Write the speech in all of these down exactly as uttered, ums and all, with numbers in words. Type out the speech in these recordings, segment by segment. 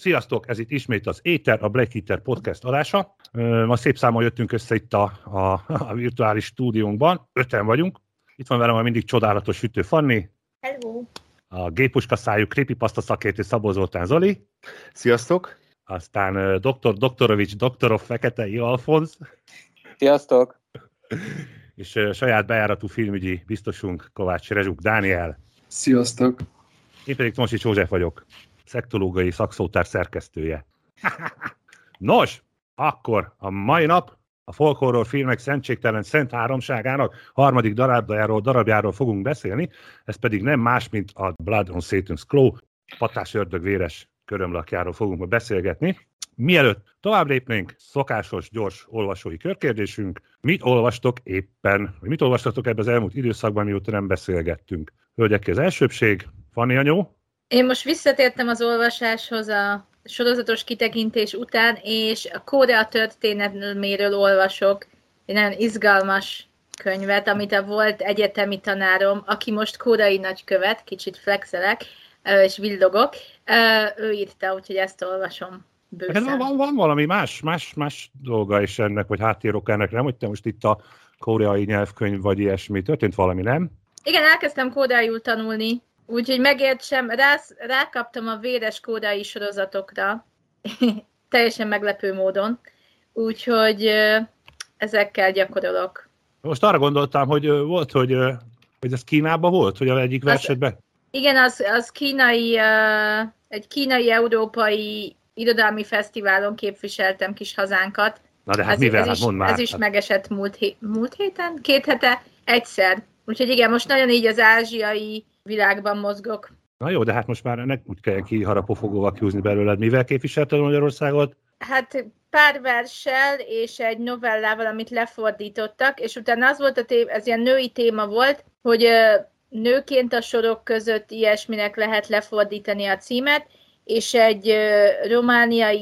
Sziasztok, ez itt ismét az Éter, a Black Eater podcast adása. Ma szép számmal jöttünk össze itt a, a, a virtuális stúdiónkban. Öten vagyunk. Itt van velem a mindig csodálatos Sütő Fanni. Hello. A gépuska szájú creepypasta szakértő Szabó Zoltán Zoli. Sziasztok. Aztán doktor Doktorovics, doktorov Feketei Alfonz. Sziasztok. És saját bejáratú filmügyi biztosunk Kovács Rezsuk Dániel. Sziasztok. Én pedig Tomasics József vagyok, szektológiai szakszótár szerkesztője. Nos, akkor a mai nap a folk horror filmek szentségtelen szent háromságának harmadik darabjáról, darabjáról fogunk beszélni, ez pedig nem más, mint a Blood on Satan's Claw, patás ördög véres körömlakjáról fogunk ma beszélgetni. Mielőtt tovább lépnénk, szokásos, gyors olvasói körkérdésünk. Mit olvastok éppen? Mit olvastatok ebben az elmúlt időszakban, mióta nem beszélgettünk? Hölgyek, az elsőbség. Fanni anyó? Én most visszatértem az olvasáshoz a sorozatos kitekintés után, és a Korea történelméről olvasok egy nagyon izgalmas könyvet, amit a volt egyetemi tanárom, aki most koreai nagykövet, kicsit flexelek, és villogok, ő írta, úgyhogy ezt olvasom. Van, van, van valami más, más, más dolga is ennek, vagy háttéroka ennek, nem? Hogy te most itt a koreai nyelvkönyv, vagy ilyesmi, történt valami, nem? Igen, elkezdtem koreaiul tanulni, úgyhogy megértsem, rá, rákaptam a véres koreai sorozatokra, teljesen meglepő módon, úgyhogy ezekkel gyakorolok. Most arra gondoltam, hogy volt, hogy, hogy ez Kínában volt, hogy az egyik versetben? Igen, az, az kínai, egy kínai-európai irodalmi fesztiválon képviseltem kis hazánkat. Na de hát ez, mivel? Ez hát is, mondd már. Ez is megesett múlt, hé- múlt héten? Két hete? Egyszer. Úgyhogy igen, most nagyon így az ázsiai világban mozgok. Na jó, de hát most már ennek úgy kell kiharapofogóval kiúzni belőled. Mivel képviselted Magyarországot? Hát pár verssel és egy novellával, amit lefordítottak, és utána az volt a téma, ez ilyen női téma volt, hogy nőként a sorok között ilyesminek lehet lefordítani a címet, és egy uh, romániai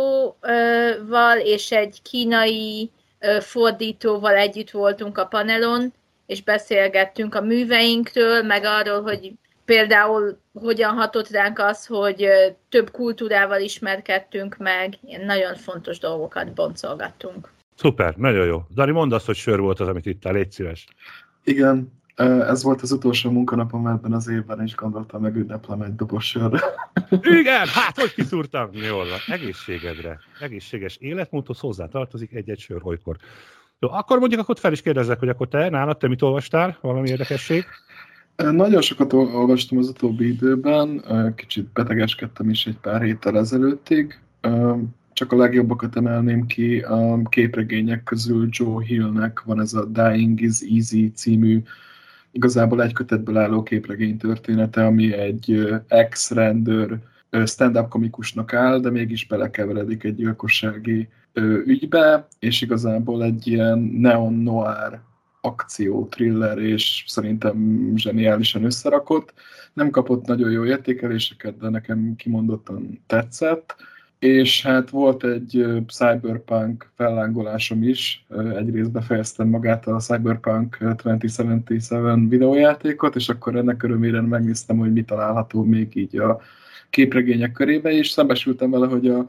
íróval és egy kínai uh, fordítóval együtt voltunk a panelon, és beszélgettünk a műveinkről, meg arról, hogy például hogyan hatott ránk az, hogy uh, több kultúrával ismerkedtünk meg, ilyen nagyon fontos dolgokat boncolgattunk. Szuper, nagyon jó. Dani, mondd azt, hogy sör volt az, amit ittál, légy szíves. Igen, ez volt az utolsó munkanapom ebben az évben, és gondoltam, meg ünneplem egy doboz sörre. Igen, hát hogy kiszúrtam? Jól van, egészségedre, egészséges életmódhoz hozzá tartozik egy-egy sör olykor. Jó, akkor mondjuk akkor fel is kérdezzek, hogy akkor te, nálad, te mit olvastál? Valami érdekesség? Nagyon sokat olvastam az utóbbi időben, kicsit betegeskedtem is egy pár héttel ezelőttig. Csak a legjobbakat emelném ki, a képregények közül Joe Hillnek van ez a Dying is Easy című, igazából egy kötetből álló képregény története, ami egy ex-rendőr stand-up komikusnak áll, de mégis belekeveredik egy gyilkossági ügybe, és igazából egy ilyen neon-noir akció, thriller, és szerintem zseniálisan összerakott. Nem kapott nagyon jó értékeléseket, de nekem kimondottan tetszett. És hát volt egy cyberpunk fellángolásom is, egyrészt befejeztem magát a Cyberpunk kétezer-hetvenhét videójátékot, és akkor ennek örömére megnéztem, hogy mi található még így a képregények körébe, és szembesültem vele, hogy a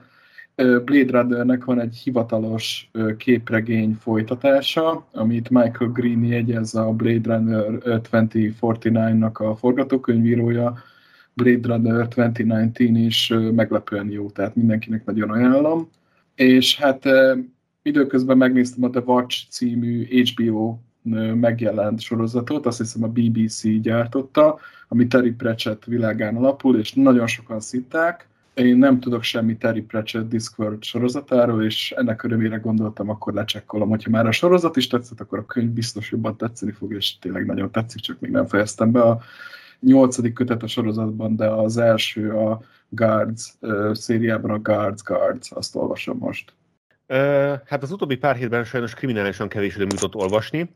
Blade Runnernek van egy hivatalos képregény folytatása, amit Michael Green jegyez, a Blade Runner kétezer-negyvenkilencnek a forgatókönyvírója. Blade Runner kétezer-tizenkilenc is meglepően jó, tehát mindenkinek nagyon ajánlom. És hát időközben megnéztem a The Watch című há bé o megjelent sorozatot, azt hiszem a bé bé cé gyártotta, ami Terry Pratchett világán alapul, és nagyon sokan szitták. Én nem tudok semmi Terry Pratchett Discworld sorozatáról, és ennek örömére gondoltam, akkor lecsekkolom, hogyha már a sorozat is tetszett, akkor a könyv biztos jobban tetszeni fog, és tényleg nagyon tetszik, csak még nem fejeztem be a nyolcadik kötet a sorozatban, de az első a Guards uh, szériában, a Guards Guards, azt olvasom most. Uh, hát az utóbbi pár hétben sajnos kriminálisan kevés időm jutott olvasni.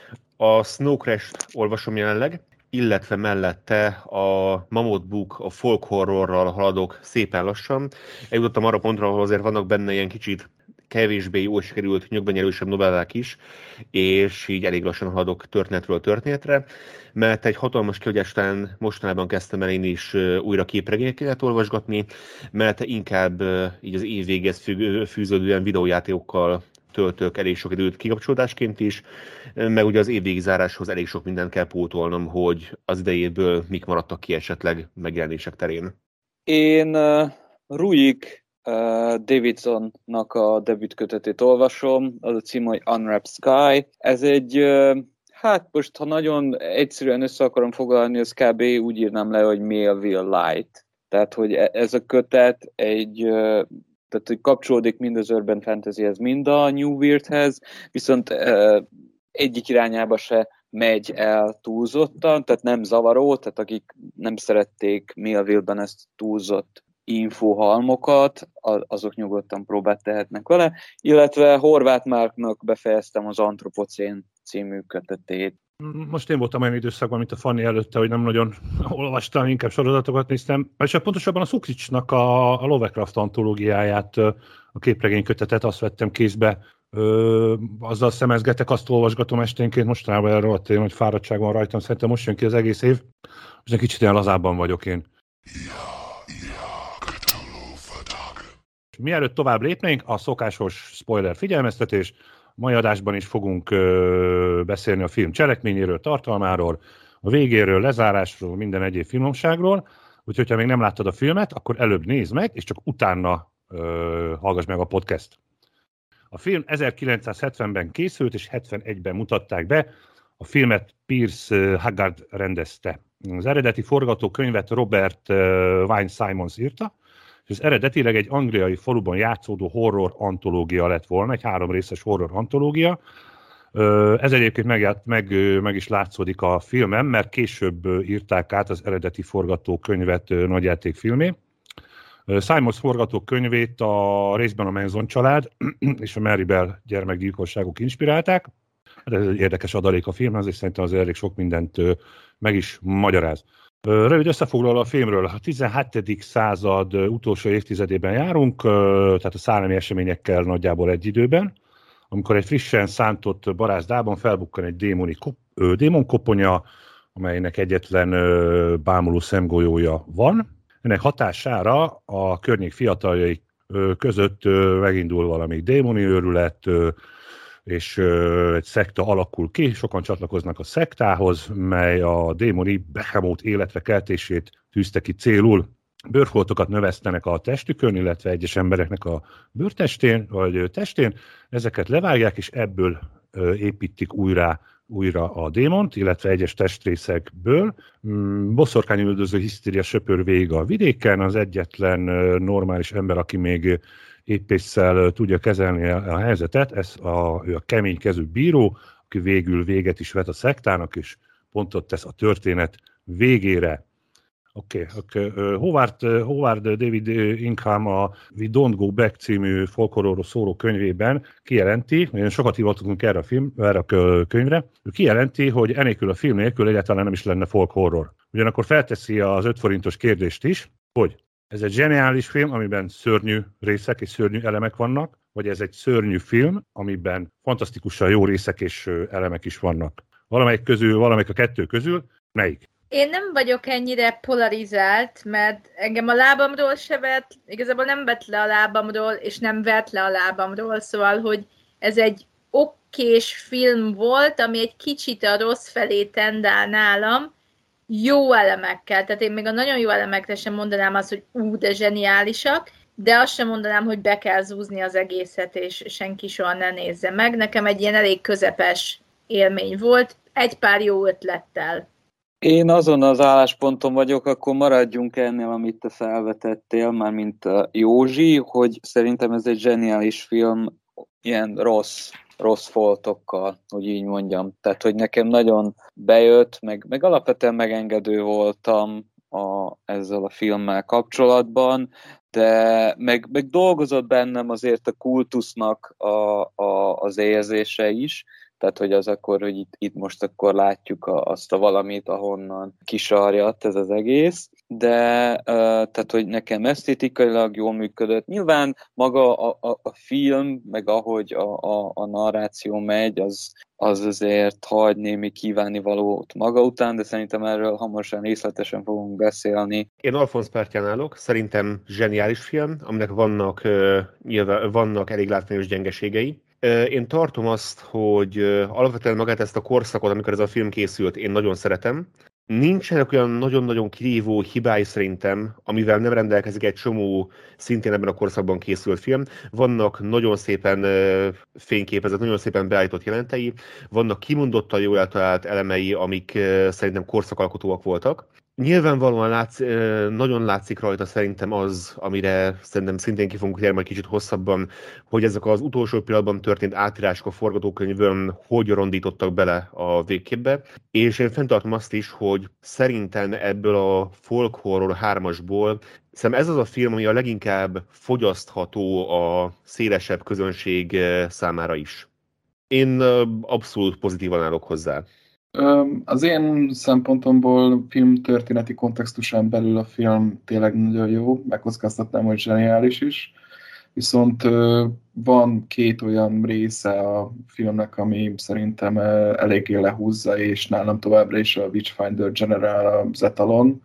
A Snow Crash-t olvasom jelenleg, illetve mellette a Mammoth Book, a folk horrorral haladok szépen lassan. Eljutottam arra pontra, ahol azért vannak benne ilyen kicsit kevésbé jól sikerült, nyugban erősebb novellák is, és így elég lassan haladok történetről történetre, mert egy hatalmas kiadás után mostanában kezdtem el én is újra képregényeket olvasgatni, mert inkább így az év végez fűződően videójátékokkal töltök elég sok időt kikapcsolódásként is, meg ugye az évvégzáráshoz elég sok mindent kell pótolnom, hogy az idejéből mik maradtak ki esetleg megjelenések terén. Én uh, Ruik uh, Davidsonnak a debütkötetét olvasom, az a cím, hogy Unwrapped Sky. Ez egy, uh, hát most ha nagyon egyszerűen össze akarom foglalni, az kb. Úgy írnám le, hogy Melville Light. Tehát, hogy ez a kötet egy... Uh, tehát, hogy kapcsolódik mind az Urban Fantasyhez, mind a New Weirdhez, viszont uh, egyik irányába se megy el túlzottan, tehát nem zavaró, tehát akik nem szerették Melville-ben ezt túlzott infohalmokat, azok nyugodtan próbát tehetnek vele, illetve Horváth Márknak befejeztem az Antropocén című kötetét. Most én voltam olyan időszakban, mint a Fanni előtte, hogy nem nagyon olvastam, inkább sorozatokat néztem. És pontosabban a Szukricsnak a, a Lovecraft antológiáját, a képregénykötetet, azt vettem kézbe. Ö, azzal szemezgetek, azt olvasgatom esténként, mostanában erről a téma, hogy fáradtság van rajtam, szerintem most jön ki az egész év, és egy kicsit ilyen lazábban vagyok én. Mielőtt tovább lépnénk, a szokásos spoiler figyelmeztetés. Mai adásban is fogunk ö, beszélni a film cselekményéről, tartalmáról, a végéről, lezárásról, minden egyéb filmomságról. Úgyhogy, ha még nem láttad a filmet, akkor előbb nézd meg, és csak utána ö, hallgass meg a podcast. A film ezerkilencszázhetvenben készült, és hetvenegyben mutatták be. A filmet Pierce Haggard rendezte. Az eredeti forgatókönyvet Robert Wine Simons írta, és ez eredetileg egy angliai faluban játszódó horror antológia lett volna, egy három részes horror antológia. Ez egyébként meg, meg, meg is látszódik a filmen, mert később írták át az eredeti forgatókönyvet nagyjátékfilmé. Simons forgatókönyvét a részben a Manson család és a Maribel gyermekgyilkosságok inspirálták. Ez egy érdekes adalék a filmhez, és szerintem az elég sok mindent meg is magyaráz. Rövid összefoglaló a filmről. A tizenhetedik század utolsó évtizedében járunk, tehát a szálemi eseményekkel nagyjából egy időben, amikor egy frissen szántott barázdában felbukkan egy démoni kop, démonkoponya, amelynek egyetlen bámuló szemgolyója van. Ennek hatására a környék fiataljai között megindul valami démoni őrület, és egy szekta alakul ki, sokan csatlakoznak a szektához, mely a démoni Behemoth életre keltését tűzte ki célul. Bőrfoltokat növesztenek a testükön, illetve egyes embereknek a bőrtestén, vagy testén, ezeket levágják, és ebből építik újra, újra a démont, illetve egyes testrészekből. Boszorkányüldöző hisztéria söpör végig a vidéken, az egyetlen normális ember, aki még épésszel tudja kezelni a helyzetet, ez a, ő a kemény kezű bíró, aki végül véget is vet a szektának, és pontot tesz a történet végére. Oké, okay, okay. Howard, Howard David Ingham a We Don't Go Back című folklórról szóló könyvében kijelenti, nagyon sokat hivatkozunk erre a, film, erre a könyvre, ő kijelenti, hogy enélkül a film nélkül egyáltalán nem is lenne folk horror. Ugyanakkor felteszi az öt forintos kérdést is, hogy ez egy zseniális film, amiben szörnyű részek és szörnyű elemek vannak, vagy ez egy szörnyű film, amiben fantasztikusan jó részek és elemek is vannak. Valamelyik közül, valamelyik a kettő közül, melyik? Én nem vagyok ennyire polarizált, mert engem a lábamról se vett, igazából nem vett le a lábamról, és nem vett le a lábamról, szóval, hogy ez egy okés film volt, ami egy kicsit a rossz felé tendál nálam, jó elemekkel, tehát én még a nagyon jó elemekre sem mondanám azt, hogy ú, de zseniálisak, de azt sem mondanám, hogy be kell zúzni az egészet, és senki soha ne nézze meg. Nekem egy ilyen elég közepes élmény volt, egy pár jó ötlettel. Én azon az állásponton vagyok, akkor maradjunk ennél, amit te felvetettél, már mint Józsi, hogy szerintem ez egy zseniális film, ilyen rossz, rossz foltokkal, hogy így mondjam. Tehát, hogy nekem nagyon bejött, meg, meg alapvetően megengedő voltam a, ezzel a filmmel kapcsolatban, de meg, meg dolgozott bennem azért a kultusznak a, a, az érzése is, Tehát, hogy az akkor, hogy itt, itt most akkor látjuk a, azt a valamit, ahonnan kisarjadt ez az egész, de uh, tehát, hogy nekem esztétikailag jól működött. Nyilván maga a, a, a film, meg ahogy a, a, a narráció megy, az, az azért hagy némi kívánnivalót maga után, de szerintem erről hamarosan részletesen fogunk beszélni. Én Alfonz pártján állok, szerintem zseniális film, aminek vannak, uh, nyilván, vannak elég látványos gyengeségei. Uh, én tartom azt, hogy uh, alapvetően magát ezt a korszakot, amikor ez a film készült, én nagyon szeretem. Nincsenek olyan nagyon-nagyon kirívó hibái szerintem, amivel nem rendelkezik egy csomó szintén ebben a korszakban készült film. Vannak nagyon szépen uh, fényképezett, nagyon szépen beállított jelentei, vannak kimondottan jól eltalált elemei, amik uh, szerintem korszakalkotóak voltak. Nyilvánvalóan látsz, nagyon látszik rajta szerintem az, amire szerintem szintén ki fogunk térni majd kicsit hosszabban, hogy ezek az utolsó pillanatban történt átírások a forgatókönyvön hogy rondítottak bele a végképbe. És én fenntartom azt is, hogy szerintem ebből a folk horror hármasból szerintem ez az a film, ami a leginkább fogyasztható a szélesebb közönség számára is. Én abszolút pozitívan állok hozzá. Az én szempontomból filmtörténeti kontextusán belül a film tényleg nagyon jó, megkockáztatnám, hogy zseniális is, viszont van két olyan része a filmnek, ami szerintem eléggé lehúzza, és nálam továbbra is a Witchfinder General az etalon,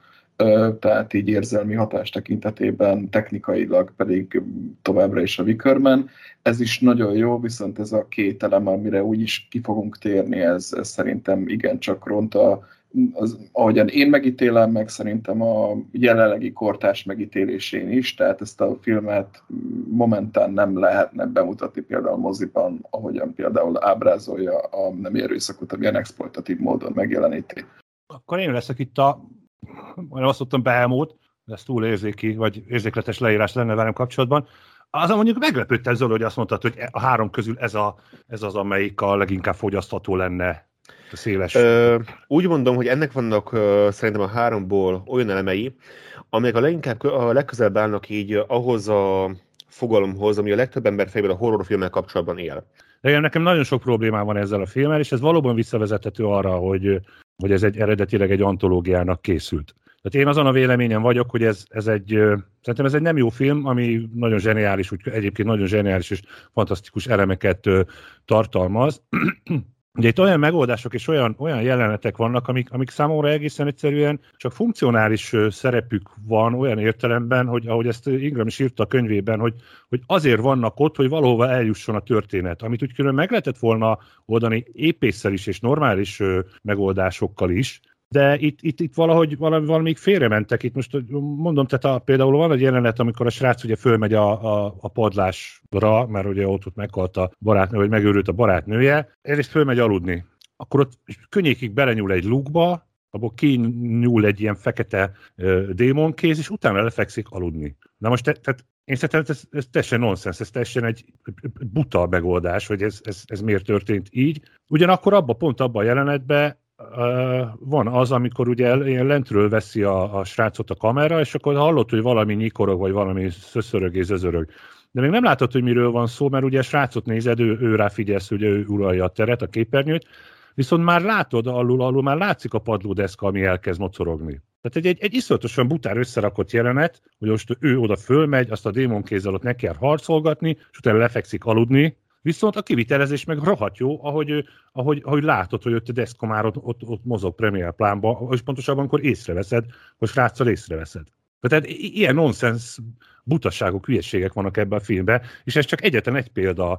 tehát így érzelmi hatás tekintetében, technikailag pedig továbbra is a Wickerman. Ez is nagyon jó, viszont ez a két elem, amire úgyis ki fogunk térni, ez, ez szerintem igencsak ront a, az, ahogyan én megítélem, meg szerintem a jelenlegi kortárs megítélésén is, tehát ezt a filmet momentán nem lehetne bemutatni például moziban, ahogyan például ábrázolja a nem erőszakot, amilyen exploitatív módon megjeleníti. Akkor én leszek itt a majd azt mondtam Behemoth, de ez túl érzéki, vagy érzékletes leírás lenne velem kapcsolatban. Azon mondjuk meglepődtem Zoli, hogy azt mondtad, hogy a három közül ez, a, ez az, amelyik a leginkább fogyasztható lenne a széles. Ö, úgy mondom, hogy ennek vannak ö, szerintem a háromból olyan elemei, amelyek a leginkább a legközelebb állnak így ahhoz a fogalomhoz, ami a legtöbb ember fejében a horrorfilmmel kapcsolatban él. De nekem nagyon sok problémám van ezzel a filmmel, és ez valóban visszavezethető arra, hogy, hogy ez egy eredetileg egy antológiának készült. Tehát én azon a véleményen vagyok, hogy ez, ez egy, szerintem ez egy nem jó film, ami nagyon zseniális, úgy, egyébként nagyon zseniális és fantasztikus elemeket tartalmaz. Ugye itt olyan megoldások és olyan, olyan jelenetek vannak, amik, amik számomra egészen egyszerűen csak funkcionális szerepük van olyan értelemben, hogy ahogy ezt Ingram is írta a könyvében, hogy, hogy azért vannak ott, hogy valahova eljusson a történet, amit úgy külön meg lehetett volna oldani épésszel is és normális megoldásokkal is, de itt, itt, itt valahogy valami, valami félrementek. Itt most mondom, tehát a, például van egy jelenet, amikor a srác ugye fölmegy a, a, a padlásra, mert ugye ott, ott meghalt a barátnő, vagy megőrült a barátnője, egyrészt fölmegy aludni. Akkor ott könnyékig belenyúl egy lukba, abból kinyúl egy ilyen fekete uh, démonkéz, és utána lefekszik aludni. Na most te, tehát én szerintem ez, ez teljesen nonsens, ez teljesen egy buta megoldás, hogy ez, ez, ez miért történt így. Ugyanakkor abba, pont abban a jelenetben Uh, van az, amikor ugye ilyen lentről veszi a, a srácot a kamera, és akkor hallott, hogy valami nyikorog, vagy valami szöszörög és zözörög. De még nem látod, hogy miről van szó, mert ugye a srácot nézed, ő, ő ráfigyelsz, hogy ő uralja a teret, a képernyőt, viszont már látod alul, alul már látszik a padlódeszka, ami elkezd mocorogni. Tehát egy, egy, egy iszonyatosan butár összerakott jelenet, hogy most ő oda fölmegy, azt a démonkézzel ott neki kell harcolgatni, és utána lefekszik aludni. Viszont a kivitelezés meg rohadt jó, ahogy, ahogy, ahogy látod, hogy ott a deszka már ott, ott, ott mozog Premiere plánba, és pontosabban akkor észreveszed, hogy sráccal észreveszed. Tehát ilyen nonsens butaságok, hülyeségek vannak ebben a filmben, és ez csak egyetlen egy példa,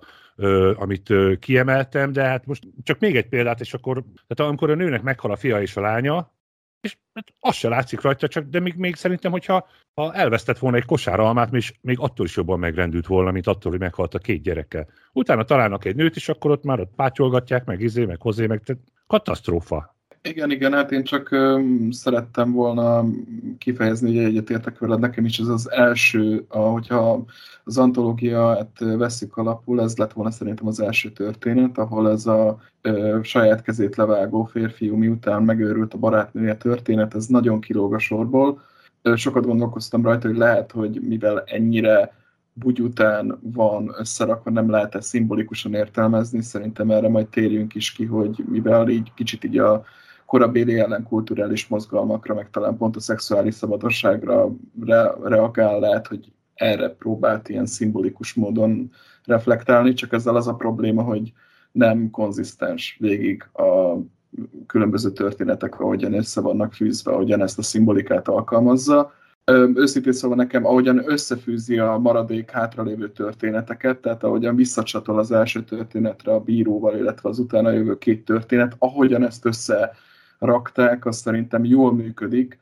amit kiemeltem, de hát most csak még egy példát, és akkor, tehát amikor a nőnek meghal a fia és a lánya, és hát az se látszik rajta, csak, de még, még szerintem, hogyha ha elvesztett volna egy kosár almát, még, még attól is jobban megrendült volna, mint attól, hogy meghalt a két gyerekkel. Utána találnak egy nőt, és akkor ott már ott pátyolgatják, meg izé, meg hozzé, meg tehát katasztrófa. Igen, igen, hát én csak um, szerettem volna kifejezni, hogy egyetértek veled, nekem is ez az első, hogyha az antológiát vesszük alapul, ez lett volna szerintem az első történet, ahol ez a ö, saját kezét levágó férfiú miután megőrült a barátnője történet, ez nagyon kilóg a sorból. Sokat gondolkoztam rajta, hogy lehet, hogy mivel ennyire bugy után van összerakva, nem lehet ezt szimbolikusan értelmezni, szerintem erre majd térjünk is ki, hogy mivel így kicsit így a korabéli ellenkulturális mozgalmakra, meg talán pont a szexuális szabadosságra re- reagál, lehet, hogy erre próbált ilyen szimbolikus módon reflektálni, csak ezzel az a probléma, hogy nem konzisztens végig a különböző történetek, ahogyan össze vannak fűzve, ahogyan ezt a szimbolikát alkalmazza. Őszintén szóval nekem, ahogyan összefűzi a maradék hátralévő történeteket, tehát ahogyan visszacsatol az első történetre a bíróval, illetve az utána jövő két történet, ahogyan ezt összerakták, az szerintem jól működik.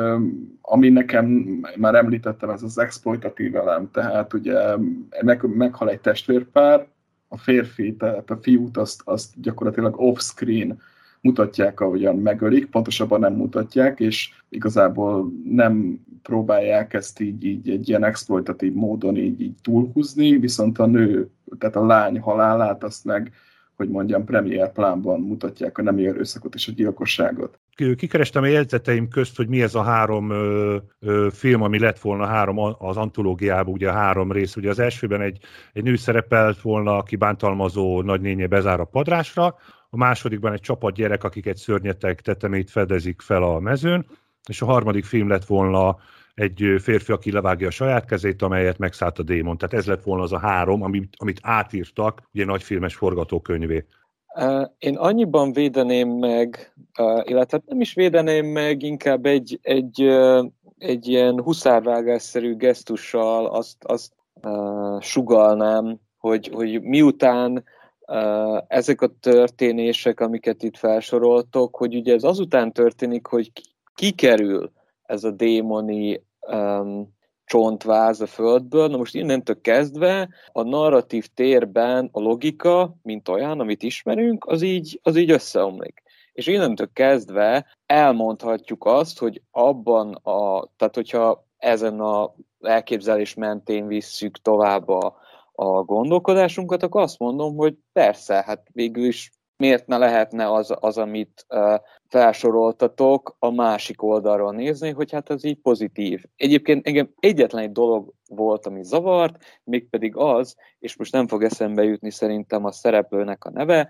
Ami nekem, már említettem, ez az exploitatív elem, tehát ugye meg, meghal egy testvérpár, a férfi, tehát a fiút azt, azt gyakorlatilag off-screen mutatják, ahogyan megölik, pontosabban nem mutatják, és igazából nem próbálják ezt így, így egy ilyen exploitatív módon így, így túlhúzni, viszont a nő, tehát a lány halálát azt meg, hogy mondjam, premier plánban mutatják a nemi erőszakot és a gyilkosságot. Kikerestem a jegyzeteim közt, hogy mi ez a három ö, ö, film, ami lett volna három az antológiában, ugye a három rész. Ugye az elsőben egy, egy nő szerepelt volna, aki bántalmazó nagynénye bezár a padrásra, a másodikban egy csapat gyerek, akik egy szörnyeteg tetemét fedezik fel a mezőn, és a harmadik film lett volna egy férfi, aki levágja a saját kezét, amelyet megszállt a démon. Tehát ez lett volna az a három, amit, amit átírtak, ugye nagyfilmes forgatókönyvé. Én annyiban védeném meg, illetve nem is védeném meg, inkább egy, egy, egy ilyen huszárvágásszerű gesztussal azt, azt uh, sugalnám, hogy, hogy miután uh, ezek a történések, amiket itt felsoroltok, hogy ugye ez azután történik, hogy kikerül ez a démoni um, csontváz a földből. Na most innentől kezdve a narratív térben a logika, mint olyan, amit ismerünk, az így, az így összeomlik. És innentől kezdve elmondhatjuk azt, hogy abban a, tehát hogyha ezen a elképzelés mentén visszük tovább a, a gondolkodásunkat, akkor azt mondom, hogy persze, hát végül is miért ne lehetne az, az amit uh, felsoroltatok, a másik oldalról nézni, hogy hát ez így pozitív. Egyébként engem egyetlen egy dolog volt, ami zavart, mégpedig az, és most nem fog eszembe jutni szerintem a szereplőnek a neve,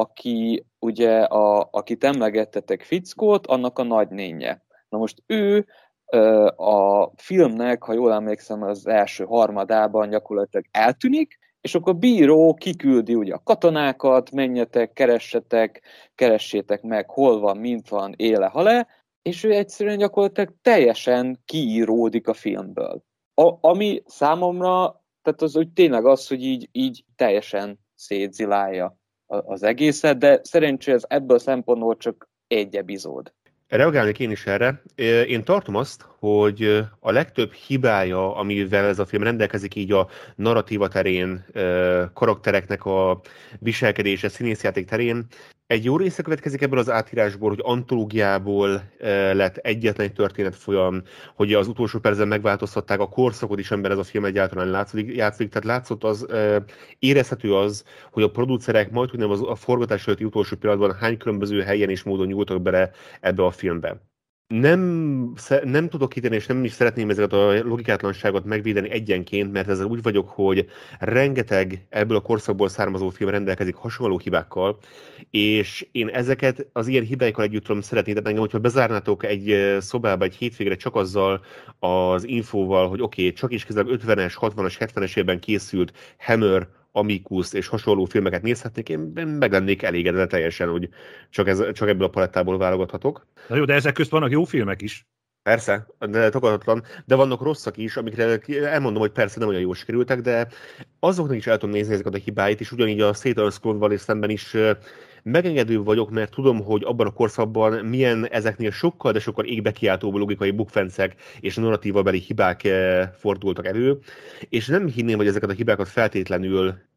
aki ugye, a, akit emlegettetek fickót, annak a nagynénye. Na most ő uh, a filmnek, ha jól emlékszem, az első harmadában gyakorlatilag eltűnik, és akkor a bíró kiküldi ugye a katonákat, menjetek, keressetek, keressétek meg, hol van, mint van, éle, hale, és ő egyszerűen gyakorlatilag teljesen kiíródik a filmből. A, ami számomra, tehát az úgy tényleg az, hogy így, így teljesen szétzilálja az egészet, de szerencsére ez ebből a szempontból csak egy epizód. Reagálnék én is erre. Én tartom azt, hogy a legtöbb hibája, amivel ez a film rendelkezik így a narratíva terén, karaktereknek a viselkedése, színészjáték terén, egy jó része következik ebből az átírásból, hogy antológiából lett egyetlen egy történetfolyam, hogy az utolsó percben megváltoztatták a korszakot is, amiben ez a film egyáltalán látszik. játszik. Tehát látszott az, érezhető az, hogy a producerek majd, hogy nem az a forgatás előtti utolsó pillanatban hány különböző helyen és módon nyúltak bele ebbe a filmbe. Nem, nem tudok kitenni, és nem is szeretném ezeket a logikátlanságot megvédeni egyenként, mert ezzel úgy vagyok, hogy rengeteg ebből a korszakból származó film rendelkezik hasonló hibákkal, és én ezeket az ilyen hibáikkal együtt tudom szeretni, tehát engem, hogyha bezárnátok egy szobába egy hétvégre csak azzal az infóval, hogy oké, okay, csak is közel ötvenes, hatvanas, hetvenes évben készült Hammer, Amicus és hasonló filmeket nézhetnék, én meg lennék elégedve teljesen, hogy csak, ez, csak ebből a palettából válogathatok. Na jó, de ezek közt vannak jó filmek is. Persze, de tagadhatatlan, de vannak rosszak is, amikre elmondom, hogy persze nem olyan jól sikerültek, de azoknak is el tudom nézni ezeket a hibáit, és ugyanígy a Satan Squad-val szemben is megengedő vagyok, mert tudom, hogy abban a korszakban milyen ezeknél sokkal, de sokkal égbe kiáltóbb logikai bukfencek és narratívabeli hibák fordultak elő, és nem hinném, hogy ezeket a hibákat feltétlenül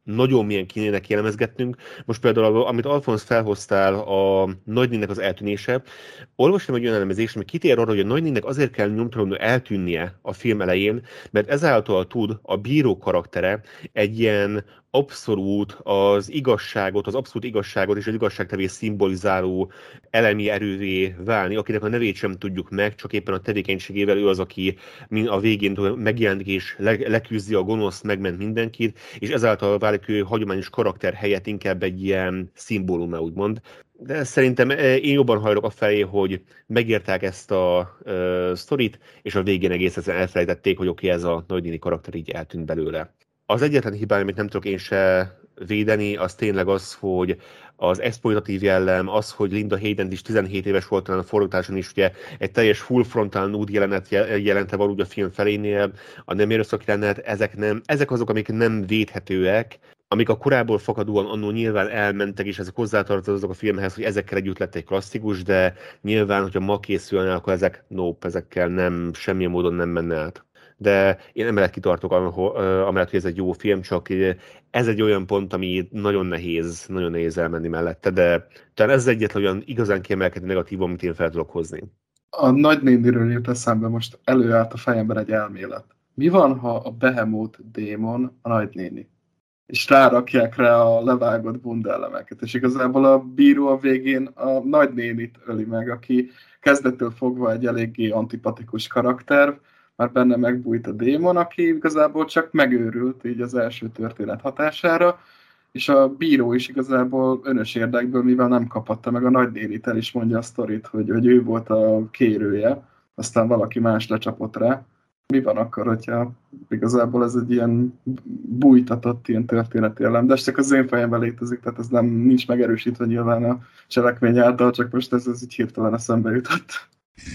nagyon milyen kéne jellemezgetnünk. Most például, amit Alfonsz felhoztál, a nagynének az eltűnése, olvastam egy olyan elemezést, ami kitér arra, hogy a nagynének azért kell nyomtalanul eltűnnie a film elején, mert ezáltal tud a bíró karaktere egy ilyen abszolút az igazságot, az abszolút igazságot és az igazságtevés szimbolizáló elemi erővé válni, akinek a nevét sem tudjuk meg, csak éppen a tevékenységével ő az, aki a végén megjelenik és le- leküzdi a gonoszt, megment mindenkit, és ezáltal válik ő hagyományos karakter helyett inkább egy ilyen szimbóluma, úgymond. De szerintem én jobban hajlok a felé, hogy megírták ezt a uh, sztorit, és a végén egész elfelejtették, hogy oké, okay, ez a nagynéni karakter így eltűnt belőle. Az egyetlen hibám, amit nem tudok én se védeni, az tényleg az, hogy az exploitatív jellem, az, hogy Linda Hayden is tizenhét éves volt talán a forgatáson is, ugye egy teljes full frontal nude jelenet jelente valódi a film felénél, a nem erőszak jelenet, ezek, nem, ezek azok, amik nem védhetőek, amik a korából fakadóan annól nyilván elmentek, és ezek hozzátartoznak a filmhez, hogy ezekkel együtt lett egy klasszikus, de nyilván, hogyha ma készülne, akkor ezek nope, ezekkel nem, semmilyen módon nem menne át. De én emellett kitartok, amellett, hogy ez egy jó film, csak ez egy olyan pont, ami nagyon nehéz, nagyon nehéz elmenni mellette, de talán ez az egyetlen olyan igazán kiemelkedő negatív, amit én fel tudok hozni. A nagynéniről jut eszembe, most előállt a fejemben egy elmélet. Mi van, ha a Behemoth démon a nagynéni? És rárakják rá a levágott bundellemeket, és igazából a bíró a végén a nagynénit öli meg, aki kezdettől fogva egy eléggé antipatikus karakter, már benne megbújt a démon, aki igazából csak megőrült így az első történet hatására, és a bíró is igazából önös érdekből, mivel nem kapatta meg a nagynénit, el is mondja a sztorit, hogy, hogy ő volt a kérője, aztán valaki más lecsapott rá. Mi van akkor, hogyha igazából ez egy ilyen bújtatott ilyen történeti elem, de ez csak az én fejemben létezik, tehát ez nem nincs megerősítve nyilván a cselekmény által, csak most ez, ez így hirtelen eszembe jutott.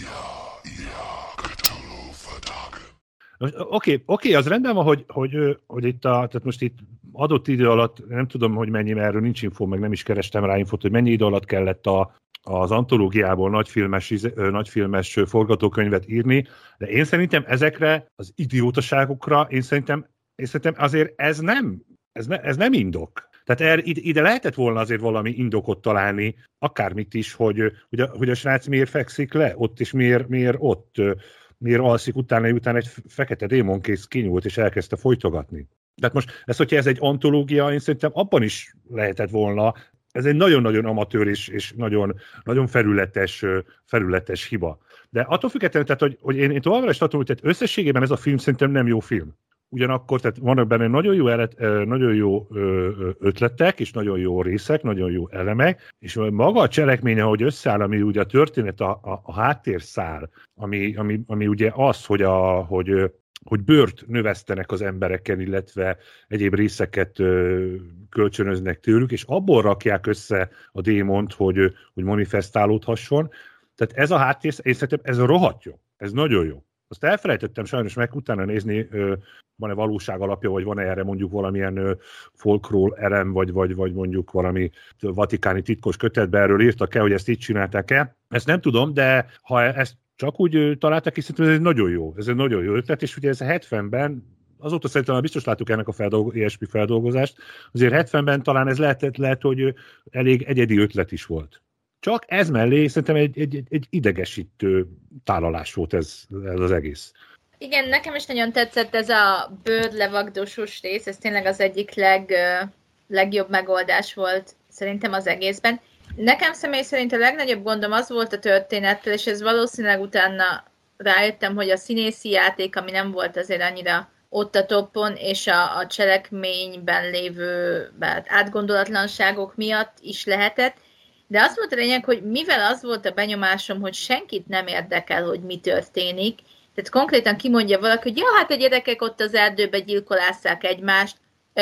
Oké, okay, okay, az rendben van, hogy, hogy, hogy itt a, tehát most itt adott idő alatt, nem tudom, hogy mennyi, mert erről nincs info, meg nem is kerestem rá infót, hogy mennyi idő alatt kellett a, az antológiából nagyfilmes, nagyfilmes forgatókönyvet írni, de én szerintem ezekre az idiótaságokra, én szerintem, én szerintem azért ez nem, ez, ne, ez nem indok. Tehát er, ide lehetett volna azért valami indokot találni, akármit is, hogy, hogy, a, hogy a srác miért fekszik le ott, és miért, miért ott, miért alszik utána, utána egy fekete démonkész kinyúlt, és elkezdte folytogatni. Tehát most ez, hogyha ez egy antológia, én szerintem abban is lehetett volna, ez egy nagyon-nagyon amatőr és, és nagyon, nagyon felületes, felületes hiba. De attól függetlenül, tehát, hogy, hogy én, én továbbra is tartom, hogy tehát összességében ez a film szerintem nem jó film. Ugyanakkor tehát vannak benne nagyon jó, elet, nagyon jó ötletek, és nagyon jó részek, nagyon jó elemek, és maga a cselekmény, ahogy összeáll, ami ugye a történet, a, a, a háttérszál, ami, ami, ami ugye az, hogy, a, hogy, hogy bőrt növesztenek az embereken, illetve egyéb részeket kölcsönöznek tőlük, és abból rakják össze a démont, hogy, hogy manifestálódhasson. Tehát ez a háttér, én szerintem ez rohadt jó, ez nagyon jó. Azt elfelejtettem sajnos meg utána nézni, van-e valóság alapja, vagy van-e erre mondjuk valamilyen folkról elem, vagy, vagy, vagy mondjuk valami vatikáni titkos kötetben erről írtak-e, hogy ezt így csinálták-e. Ezt nem tudom, de ha ezt csak úgy találták ki, szerintem ez egy nagyon jó, ez egy nagyon jó ötlet, és ugye ez a hetvenben, azóta szerintem biztos láttuk ennek a feldolgo- ilyesmi feldolgozást, azért hetvenben talán ez lehetett, lehet, hogy elég egyedi ötlet is volt. Csak ez mellé szerintem egy, egy, egy idegesítő tálalás volt ez, ez az egész. Igen, nekem is nagyon tetszett ez a bőrlevagdosós rész, ez tényleg az egyik leg, legjobb megoldás volt szerintem az egészben. Nekem személy szerint a legnagyobb gondom az volt a történettel, és ez valószínűleg utána rájöttem, hogy a színészi játék, ami nem volt azért annyira ott a toppon, és a, a cselekményben lévő átgondolatlanságok miatt is lehetett. De az volt a lényeg, hogy mivel az volt a benyomásom, hogy senkit nem érdekel, hogy mi történik, tehát konkrétan kimondja valaki, hogy ja, hát a gyerekek ott az erdőbe gyilkolásszák egymást,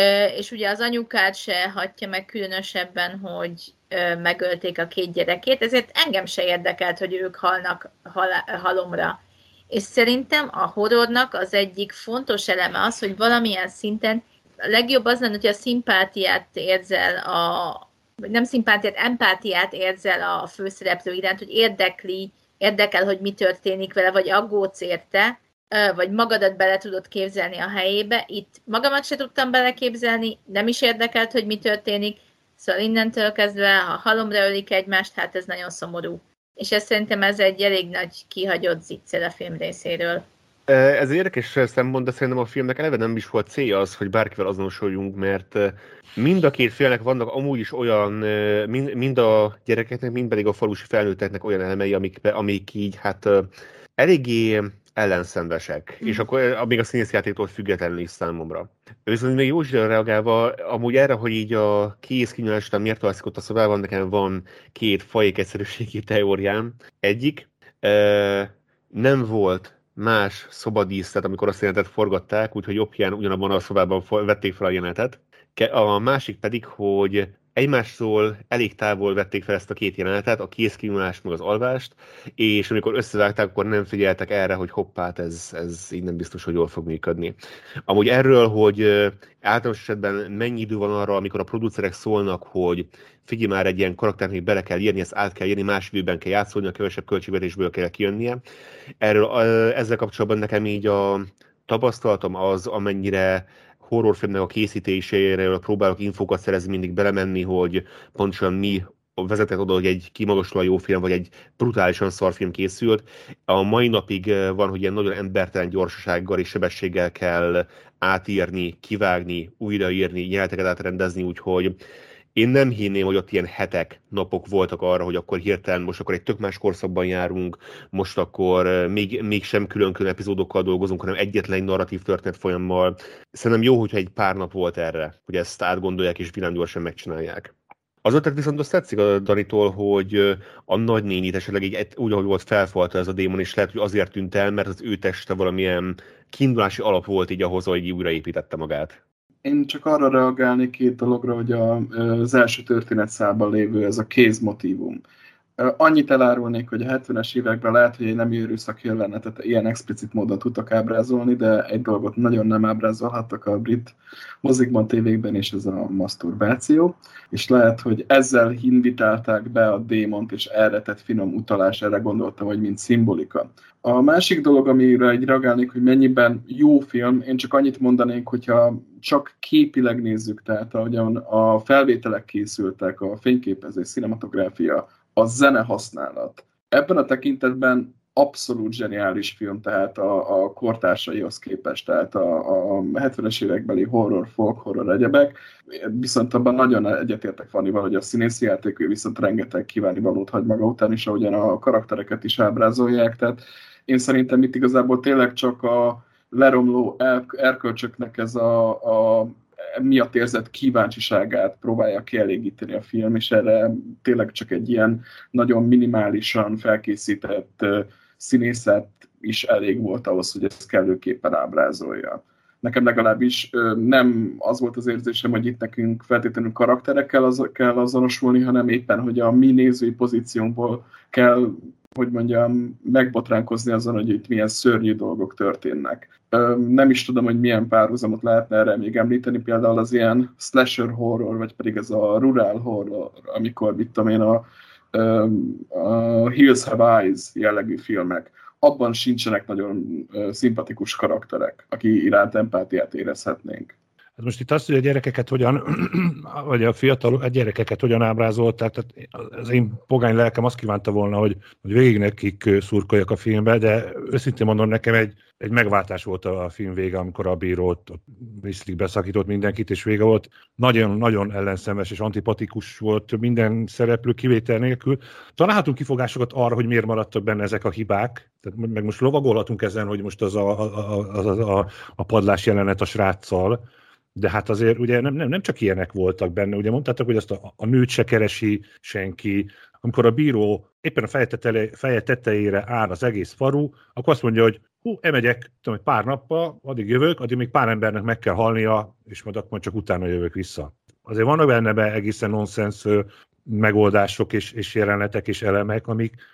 és ugye az anyukát se hagyja meg különösebben, hogy megölték a két gyerekét, ezért engem se érdekelt, hogy ők halnak hal- halomra. És szerintem a horrornak az egyik fontos eleme az, hogy valamilyen szinten a legjobb az lenne, hogy a szimpátiát érzel a vagy nem szimpátiát, empátiát érzel a főszereplő iránt, hogy érdekli, érdekel, hogy mi történik vele, vagy aggódsz érte, vagy magadat bele tudod képzelni a helyébe. Itt magamat se tudtam beleképzelni, nem is érdekelt, hogy mi történik, szóval innentől kezdve, ha halomra ölik egymást, hát ez nagyon szomorú. És ez szerintem ez egy elég nagy kihagyott ziccel a film részéről. Ez egy érdekes szempont, de szerintem a filmnek eleve nem is volt célja az, hogy bárkivel azonosuljunk, mert mind a két félnek vannak amúgy is olyan, mind, mind a gyerekeknek, mind pedig a falusi felnőtteknek olyan elemei, amik, amik így hát eléggé ellenszenvesek, mm. és akkor még a színészjátéktól függetlenül is számomra. Viszont még Józsira reagálva, amúgy erre, hogy így a kész kinyolás után miért alszik ott a szobában, nekem van két fajék egyszerűségi teóriám. Egyik, nem volt más szobadíszlet, amikor azt jelenetet forgatták, úgyhogy jobb hiány ugyanabban a szobában vették fel a jelenetet. A másik pedig, hogy egymástól elég távol vették fel ezt a két jelenetet, a kézkinyulást meg az alvást, és amikor összevágták, akkor nem figyeltek erre, hogy hoppát, ez, ez így nem biztos, hogy jól fog működni. Amúgy erről, hogy általános esetben mennyi idő van arra, amikor a producerek szólnak, hogy figyelj már, egy ilyen karaktert még bele kell írni, ezt át kell írni, más időben kell játszolni, a kevesebb költségvetésből kell kijönnie. Erről ezzel kapcsolatban nekem így a tapasztalatom az, amennyire horrorfilmnek a készítéséről próbálok infókat szerezni, mindig belemenni, hogy pontosan mi vezetett oda, hogy egy kimagaslóan jó film, vagy egy brutálisan szar film készült. A mai napig van, hogy ilyen nagyon embertelen gyorsasággal és sebességgel kell átírni, kivágni, újraírni, jeleneteket átrendezni, úgyhogy én nem hinném, hogy ott ilyen hetek, napok voltak arra, hogy akkor hirtelen most akkor egy tök más korszakban járunk, most akkor még, még sem külön-külön epizódokkal dolgozunk, hanem egyetlen narratív történet folyammal. Szerintem jó, hogyha egy pár nap volt erre, hogy ezt átgondolják és villámgyorsan megcsinálják. Az ötlet viszont azt tetszik a Danitól, hogy a nagynénit esetleg így úgy, ahogy volt felfalta ez a démon, és lehet, hogy azért tűnt el, mert az ő teste valamilyen kiindulási alap volt így ahhoz, hogy újraépítette magát. Én csak arra reagálnék két dologra, hogy a, az első történetszálban lévő ez a kézmotívum. Annyit elárulnék, hogy a hetvenes években lehet, hogy egy nem erőszak jelenetet ilyen explicit módon tudtak ábrázolni, de egy dolgot nagyon nem ábrázolhattak a brit mozikban, tévékben, és ez a maszturbáció. És lehet, hogy ezzel invitálták be a démont, és erre tett finom utalás, erre gondoltam, hogy mint szimbolika. A másik dolog, amire egy reagálnék, hogy mennyiben jó film, én csak annyit mondanék, hogyha csak képileg nézzük, tehát ahogyan a felvételek készültek, a fényképezés, cinematográfia, a zene használat. Ebben a tekintetben abszolút zseniális film, tehát a, a kortársaihoz képest, tehát a, a hetvenes évekbeli horror, folk horror egyebek, viszont abban nagyon egyetértek Fannival, hogy a színészi játék viszont rengeteg kívánnivalót hagy maga után, és ahogyan a karaktereket is ábrázolják, tehát én szerintem itt igazából tényleg csak a leromló erkölcsöknek ez a, a miatt érzett kíváncsiságát próbálja kielégíteni a film, és erre tényleg csak egy ilyen nagyon minimálisan felkészített színészet is elég volt ahhoz, hogy ezt kellőképpen ábrázolja. Nekem legalábbis nem az volt az érzésem, hogy itt nekünk feltétlenül karakterekkel az, kell azonosulni, hanem éppen, hogy a mi nézői pozíciónkból kell, hogy mondjam, megbotránkozni azon, hogy itt milyen szörnyű dolgok történnek. Nem is tudom, hogy milyen párhuzamot lehetne erre még említeni, például az ilyen slasher horror, vagy pedig ez a rural horror, amikor, mit tudom én, a, a Hills Have Eyes jellegű filmek. Abban sincsenek nagyon szimpatikus karakterek, aki iránt empátiát érezhetnénk. Hát most itt azt, hogy a gyerekeket hogyan, vagy a fiatal a gyerekeket hogyan ábrázolták, tehát az én pogány lelkem azt kívánta volna, hogy, hogy végig nekik szurkoljak a filmbe, de őszintén mondom, nekem egy, egy megváltás volt a film vége, amikor a bírót viszlik beszakított mindenkit, és vége volt. Nagyon-nagyon ellenszenves és antipatikus volt minden szereplő kivétel nélkül. Találhatunk kifogásokat arra, hogy miért maradtak benne ezek a hibák, tehát meg most lovagolhatunk ezen, hogy most az a, a, a, a, a padlás jelenet a sráccal, de hát azért ugye nem, nem, nem csak ilyenek voltak benne, ugye mondtátok, hogy azt a, a nőt se keresi senki, amikor a bíró éppen a feje tetejére áll az egész falu, akkor azt mondja, hogy hú, elmegyek tudom, pár nappal, addig jövök, addig még pár embernek meg kell halnia, és majd akkor csak utána jövök vissza. Azért vannak benne be egészen nonsens megoldások és, és jelenetek és elemek, amik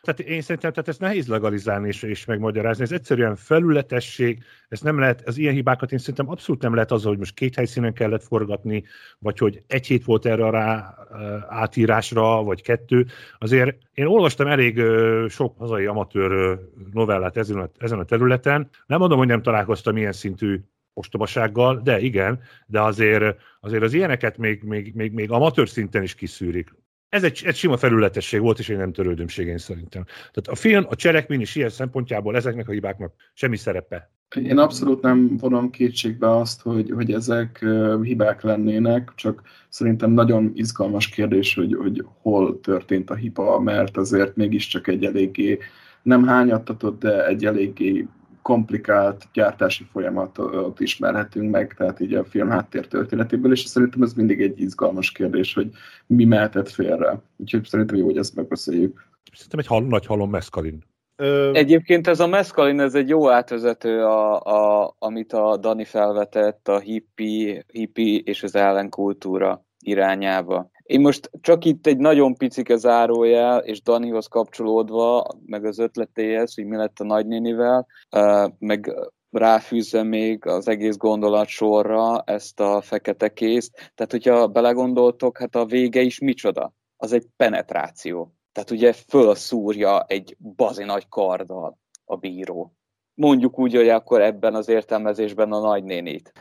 Tehát én szerintem tehát ezt nehéz legalizálni és, és megmagyarázni. Ez egyszerűen felületesség, ezt nem lehet, az ilyen hibákat én szerintem abszolút nem lehet azzal, hogy most két helyszínen kellett forgatni, vagy hogy egy hét volt erre rá átírásra, vagy kettő. Azért én olvastam elég sok hazai amatőr novellát ezen a, ezen a területen. Nem mondom, hogy nem találkoztam ilyen szintű ostobasággal, de igen, de azért, azért az ilyeneket még, még, még, még amatőr szinten is kiszűrik. Ez egy, egy sima felületesség volt, és én nem törődömség, én szerintem. Tehát a film, a cselekmény is ilyen szempontjából ezeknek a hibáknak semmi szerepe. Én abszolút nem vonom kétségbe azt, hogy, hogy ezek hibák lennének, csak szerintem nagyon izgalmas kérdés, hogy, hogy hol történt a hiba, mert azért mégiscsak egy eléggé nem hányattatott, de egy eléggé komplikált gyártási folyamatot ismerhetünk meg, tehát így a film háttér történetéből, és szerintem ez mindig egy izgalmas kérdés, hogy mi mehetett félre. Úgyhogy szerintem jó, hogy ezt megbeszéljük. Szerintem egy hal, nagy halom meszkalin. Ö... Egyébként ez a meszkalin, ez egy jó átvezető, a, a, amit a Dani felvetett, a hippi, hippi és az ellenkultúra irányába. Én most csak itt egy nagyon picike zárójel, és Danihoz kapcsolódva, meg az ötletéhez, hogy mi lett a nagynénivel, meg ráfűzze még az egész gondolat sorra ezt a fekete készt. Tehát, hogyha belegondoltok, hát a vége is micsoda? Az egy penetráció. Tehát ugye fölszúrja egy bazi nagy karddal a bíró. Mondjuk úgy, hogy akkor ebben az értelmezésben a nagynénit.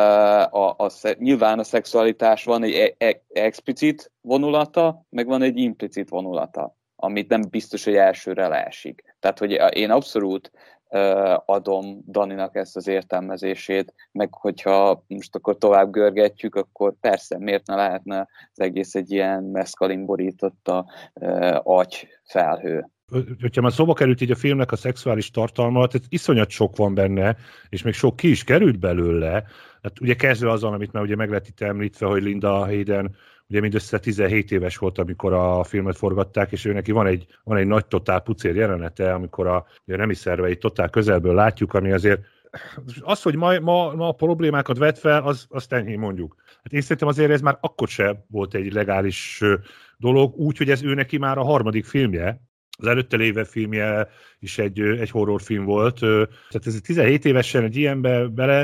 A, a, nyilván a szexualitás van egy e, e, explicit vonulata, meg van egy implicit vonulata, amit nem biztos, hogy elsőre leesik. Tehát, hogy én abszolút uh, adom Daninak ezt az értelmezését, meg hogyha most akkor tovább görgetjük, akkor persze, miért ne lehetne az egész egy ilyen meszkalin borította uh, agy felhő. Hogyha már szóba került így a filmnek a szexuális tartalma, tehát iszonyat sok van benne, és még sok ki is került belőle. Hát ugye kezdve azzal, amit már ugye meg lett itt említve, hogy Linda Hayden ugye mindössze tizenhét éves volt, amikor a filmet forgatták, és ő neki van egy, van egy nagy totál pucér jelenete, amikor a, a nemi szerveit totál közelből látjuk, ami azért az, hogy ma, ma, ma problémákat vet fel, az, azt enyhén mondjuk. Hát én szerintem azért ez már akkor sem volt egy legális dolog, úgy, hogy ez ő neki már a harmadik filmje. Az előtte lévő filmje is egy, egy horrorfilm volt. Tehát ez tizenhét évesen egy ilyenbe bele,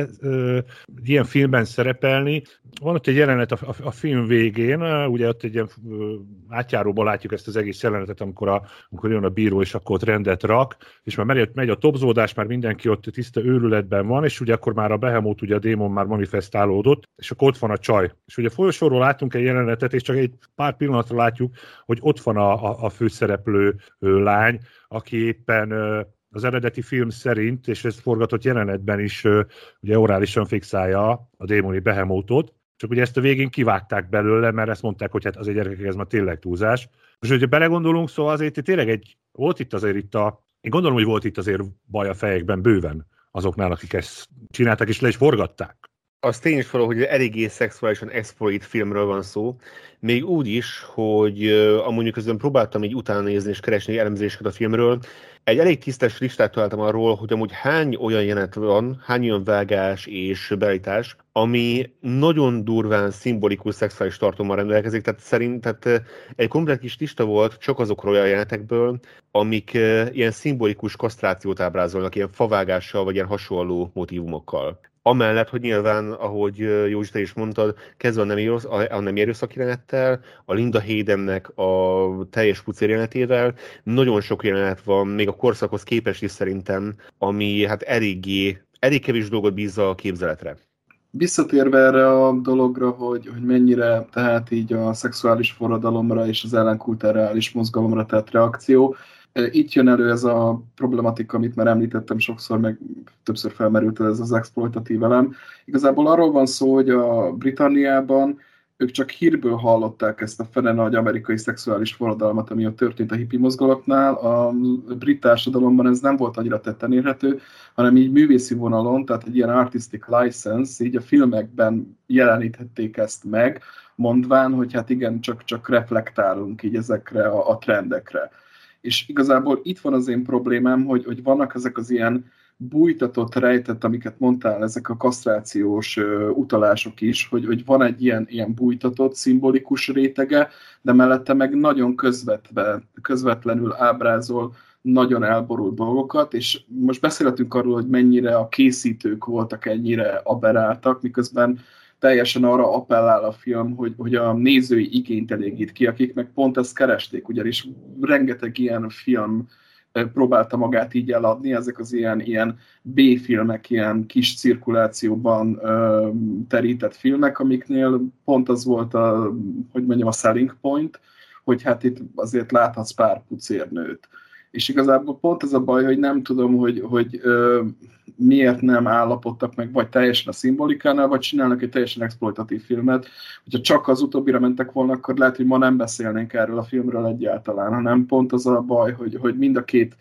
egy ilyen filmben szerepelni. Van ott egy jelenet a, a, a film végén, ugye ott egy ilyen átjáróban látjuk ezt az egész jelenetet, amikor, a, amikor jön a bíró, és akkor ott rendet rak, és már megy, megy a topzódás, már mindenki ott tiszta őrületben van, és ugye akkor már a Behemoth, ugye a démon már manifestálódott, és akkor ott van a csaj. És ugye folyosóról látunk egy jelenetet, és csak egy pár pillanatra látjuk, hogy ott van a, a, a főszereplő lány, aki éppen az eredeti film szerint, és ez forgatott jelenetben is ugye orálisan fixálja a démoni Behemothot, csak ugye ezt a végén kivágták belőle, mert ezt mondták, hogy hát azért gyerekek, ez már tényleg túlzás. És hogyha belegondolunk, szóval azért tényleg egy, volt itt azért itt a, én gondolom, hogy volt itt azért baj a fejekben bőven azoknál, akik ezt csináltak, és le is forgatták. Az tény is való, hogy eléggé szexuálisan exploit filmről van szó, még úgy is, hogy uh, amúgy közben próbáltam így utána nézni és keresni elemzéseket a filmről. Egy elég tisztes listát találtam arról, hogy amúgy hány olyan jelenet van, hány olyan vágás és beállítás, ami nagyon durván szimbolikus szexuális tartalommal rendelkezik, tehát szerint tehát egy komplet kis lista volt csak azokról olyan jelenetekből, amik uh, ilyen szimbolikus kasztrációt ábrázolnak, ilyen favágással vagy ilyen hasonló motívumokkal. Amellett, hogy nyilván, ahogy Józsi, te is mondtad, kezdve a nem, a nem erőszak jelenettel, a Linda Haydennek a teljes pucér jelenetével, nagyon sok jelenet van, még a korszakhoz képest is szerintem, ami hát eléggé, elég kevés dolgot bízza a képzeletre. Visszatérve erre a dologra, hogy, hogy mennyire tehát így a szexuális forradalomra és az ellenkulturális mozgalomra tett reakció, itt jön elő ez a problematika, amit már említettem sokszor, meg többször felmerült ez az exploitatív elem. Igazából arról van szó, hogy a Britanniában ők csak hírből hallották ezt a fene nagy amerikai szexuális forradalmat, ami ott történt a hippi mozgaloknál. A brit társadalomban ez nem volt annyira tetten érhető, hanem így művészi vonalon, tehát egy ilyen artistic license, így a filmekben jeleníthették ezt meg, mondván, hogy hát igen, csak, csak reflektálunk így ezekre a, a trendekre. És igazából itt van az én problémám, hogy, hogy vannak ezek az ilyen bújtatott, rejtett, amiket mondtál, ezek a kasztrációs ö, utalások is, hogy, hogy van egy ilyen, ilyen bújtatott, szimbolikus rétege, de mellette meg nagyon közvetve, közvetlenül ábrázol nagyon elborult dolgokat, és most beszélhetünk arról, hogy mennyire a készítők voltak ennyire aberráltak, miközben teljesen arra appellál a film, hogy, hogy a nézői igényt elégít ki, akik meg pont ezt keresték, ugyanis rengeteg ilyen film próbálta magát így eladni, ezek az ilyen, ilyen B-filmek, ilyen kis cirkulációban ö, terített filmek, amiknél pont az volt a, hogy mondjam, a selling point, hogy hát itt azért láthatsz pár pucérnőt. És igazából pont ez a baj, hogy nem tudom, hogy, hogy ö, miért nem állapodtak meg, vagy teljesen a szimbolikánál, vagy csinálnak egy teljesen exploitatív filmet. Hogyha csak az utóbbira mentek volna, akkor lehet, hogy ma nem beszélnénk erről a filmről egyáltalán, hanem pont az a baj, hogy, hogy mind a két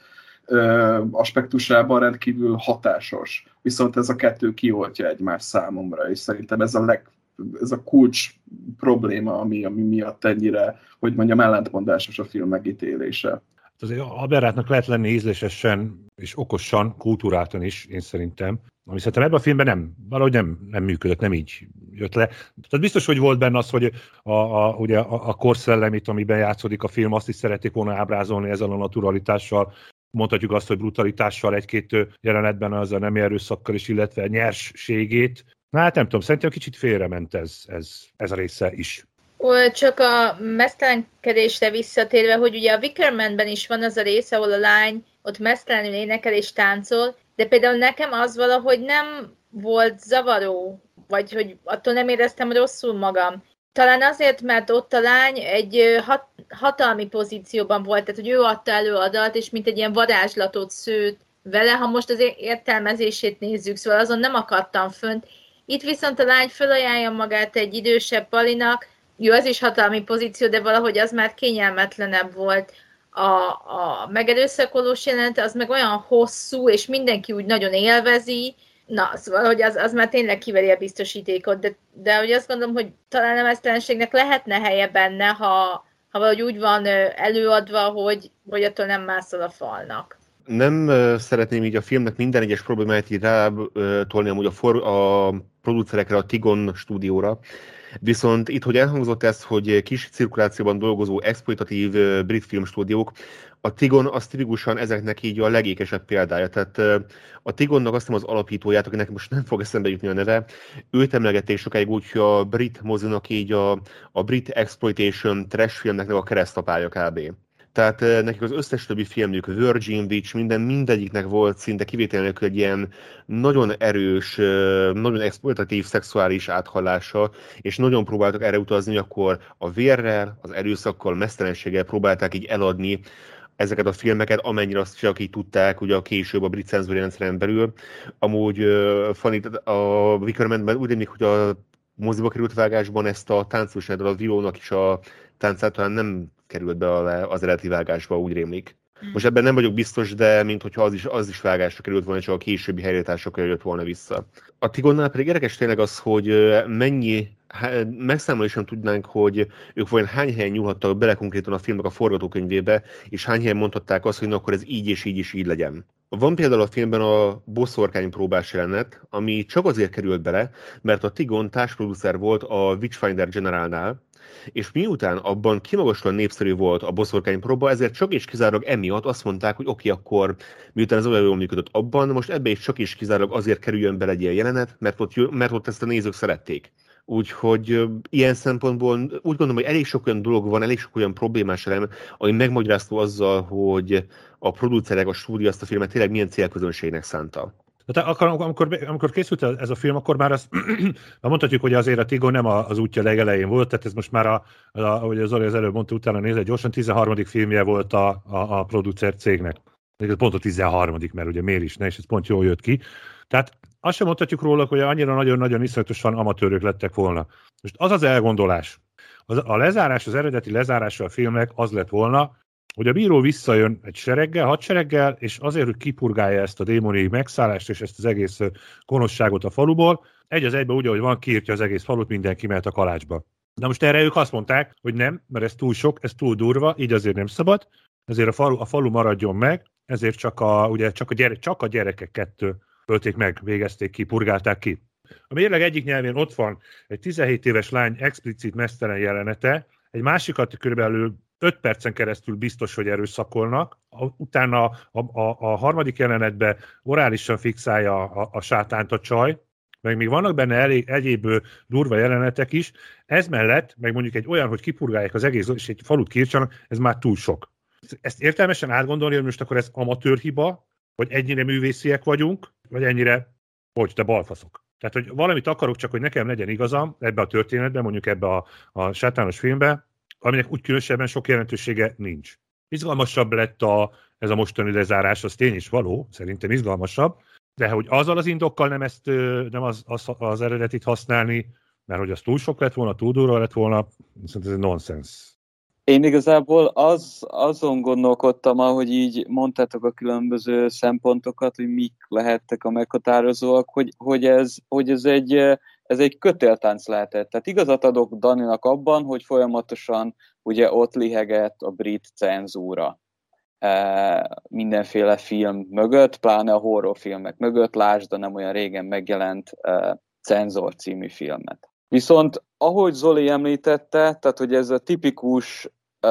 ö, aspektusában rendkívül hatásos. Viszont ez a kettő kioltja egymást számomra, és szerintem ez a leg ez a kulcs probléma, ami, ami miatt ennyire, hogy mondjam, ellentmondásos a film megítélése. Azért aberrátnak lehet lenni ízlésesen és okosan, kultúráltan is, én szerintem. Ami szerintem ebben a filmben nem, valahogy nem, nem működött, nem így jött le. Tehát biztos, hogy volt benne az, hogy a, a, ugye a, a korszellemét, amiben játszódik a film, azt is szerették volna ábrázolni ezzel a naturalitással. Mondhatjuk azt, hogy brutalitással egy-két jelenetben az a nemi erőszakkal is, illetve nyersségét. Na hát nem tudom, szerintem kicsit félrement ez, ez, ez a része is. Csak a meztelenkedésre visszatérve, hogy ugye a Wicker Man-ben is van az a rész, ahol a lány ott meztelenül énekel és táncol, de például nekem az valahogy nem volt zavaró, vagy hogy attól nem éreztem rosszul magam. Talán azért, mert ott a lány egy hat, hatalmi pozícióban volt, tehát hogy ő adta elő a dalt, és mint egy ilyen varázslatot szőtt vele, ha most az értelmezését nézzük, szóval azon nem akadtam fönt. Itt viszont a lány fölajánlja magát egy idősebb palinak, jó, az is hatalmi pozíció, de valahogy az már kényelmetlenebb volt. A, a megerőszakolós jelenet az meg olyan hosszú, és mindenki úgy nagyon élvezi. Na, szóval, hogy az, az már tényleg kiveri a biztosítékot, de, de hogy azt gondolom, hogy talán a meztelenségnek lehetne helye benne, ha, ha valahogy úgy van előadva, hogy, hogy attól nem mászol a falnak. Nem uh, szeretném így a filmnek minden egyes problémáját így rátolni amúgy a, for, a producerekre, a Tigon stúdióra. Viszont itt, hogy elhangzott ez, hogy kis cirkulációban dolgozó exploitatív brit filmstúdiók, a Tigon az tipikusan ezeknek így a legékesebb példája. Tehát a Tigonnak azt hiszem az alapítóját, akinek most nem fog eszembe jutni a neve, őt emlegették sokáig úgy, hogy a brit mozinak így a, a brit exploitation trash filmnek a keresztapája kb. Tehát nekik az összes többi filmjük, Virgin Witch, minden, mindegyiknek volt szinte kivétel nélkül egy ilyen nagyon erős, nagyon exploitatív szexuális áthallása, és nagyon próbáltak erre utazni, akkor a vérrel, az erőszakkal, mesztelenséggel próbálták így eladni ezeket a filmeket, amennyire azt csak így tudták, ugye a később a brit cenzúri rendszeren belül. Amúgy Fanny, a Wicker Man-ben úgy emlék, hogy a moziba került vágásban ezt a táncos a Willow-nak is a táncát talán nem került be az eredeti vágásba, úgy rémlik. Most ebben nem vagyok biztos, de minthogyha az is, az is vágásra került volna, csak a későbbi helyreállításokra jött volna vissza. A Tigonnál pedig érdekes tényleg az, hogy mennyi, megszámolni sem tudnánk, hogy ők vajon hány helyen nyúlhattak bele konkrétan a filmnek a forgatókönyvébe, és hány helyen mondhatták azt, hogy na, akkor ez így és így és így legyen. Van például a filmben a bosszorkány próbás jelenet, ami csak azért került bele, mert a Tigon társproducer volt a Witchfinder Generalnál, és miután abban kimagaslóan népszerű volt a bosszorkány próba, ezért csak és kizárólag emiatt azt mondták, hogy oké, okay, akkor miután ez olyan jól működött abban, most ebbe is csak és kizárólag azért kerüljön bele egy ilyen jelenet, mert ott, mert ott ezt a nézők szerették. Úgyhogy ilyen szempontból úgy gondolom, hogy elég sok olyan dolog van, elég sok olyan problémás elem, ami megmagyarázható azzal, hogy a producerek, a stúdió azt a filmet tényleg milyen célközönségnek szánta. Tehát akkor, amikor, amikor készült ez a film, akkor már azt mondhatjuk, hogy azért a Tigon nem az útja legelején volt, tehát ez most már, a, a, ahogy az Zoli az előbb mondta, utána nézett gyorsan, tizenharmadik filmje volt a, a, a producer cégnek. Pont a tizenharmadik, mert ugye miért is ne, és ez pont jól jött ki. Tehát azt sem mondhatjuk róla, hogy annyira nagyon-nagyon iszonyatosan amatőrök lettek volna. Most az az elgondolás, az, a lezárás, az eredeti lezárása a filmnek az lett volna, hogy a bíró visszajön egy sereggel, hadsereggel, és azért, hogy kipurgálja ezt a démoni megszállást és ezt az egész gonoszságot a faluból, egy az egyben úgy, ahogy van, kiírtja az egész falut, mindenki mehet a kalácsba. De most erre ők azt mondták, hogy nem, mert ez túl sok, ez túl durva, így azért nem szabad, ezért a falu, a falu maradjon meg, ezért csak a, ugye, csak a, gyere, csak a gyerekek kettő ölték meg, végezték ki, purgálták ki. A mérleg egyik nyelvén ott van egy tizenhét éves lány explicit meztelen jelenete, egy másikat körülbelül öt percen keresztül biztos, hogy erőszakolnak, utána a, a, a harmadik jelenetben orálisan fixálja a, a sátánt a csaj, meg még vannak benne elég egyéb durva jelenetek is, ez mellett, meg mondjuk egy olyan, hogy kipurgálják az egész, és egy falut kiírtsanak, ez már túl sok. Ezt értelmesen átgondolni, hogy most akkor ez amatőr hiba, vagy ennyire művésziek vagyunk, vagy ennyire, hogy te balfaszok. Tehát, hogy valamit akarok, csak hogy nekem legyen igazam ebbe a történetben, mondjuk ebbe a, a sátános filmbe, aminek úgy különösebben sok jelentősége nincs. Izgalmasabb lett a, ez a mostani lezárás, az tény is való, szerintem izgalmasabb, de hogy azzal az indokkal nem, ezt, nem az, az, az eredetit használni, mert hogy az túl sok lett volna, túl durva lett volna, szerintem ez egy nonsens. Én igazából az, azon gondolkodtam, ahogy így mondtátok a különböző szempontokat, hogy mik lehettek a meghatározóak, hogy, hogy, ez, hogy ez, egy, ez egy kötéltánc lehetett. Tehát igazat adok Daninak abban, hogy folyamatosan ugye ott lihegett a brit cenzúra mindenféle film mögött, pláne a horrorfilmek mögött, lásd a nem olyan régen megjelent Cenzor című filmet. Viszont, ahogy Zoli említette, tehát, hogy ez a tipikus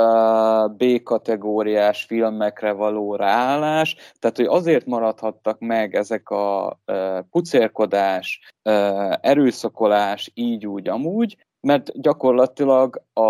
uh, B-kategóriás filmekre való ráállás, tehát, hogy azért maradhattak meg ezek a uh, pucérkodás, uh, erőszakolás, így, úgy, amúgy, mert gyakorlatilag a,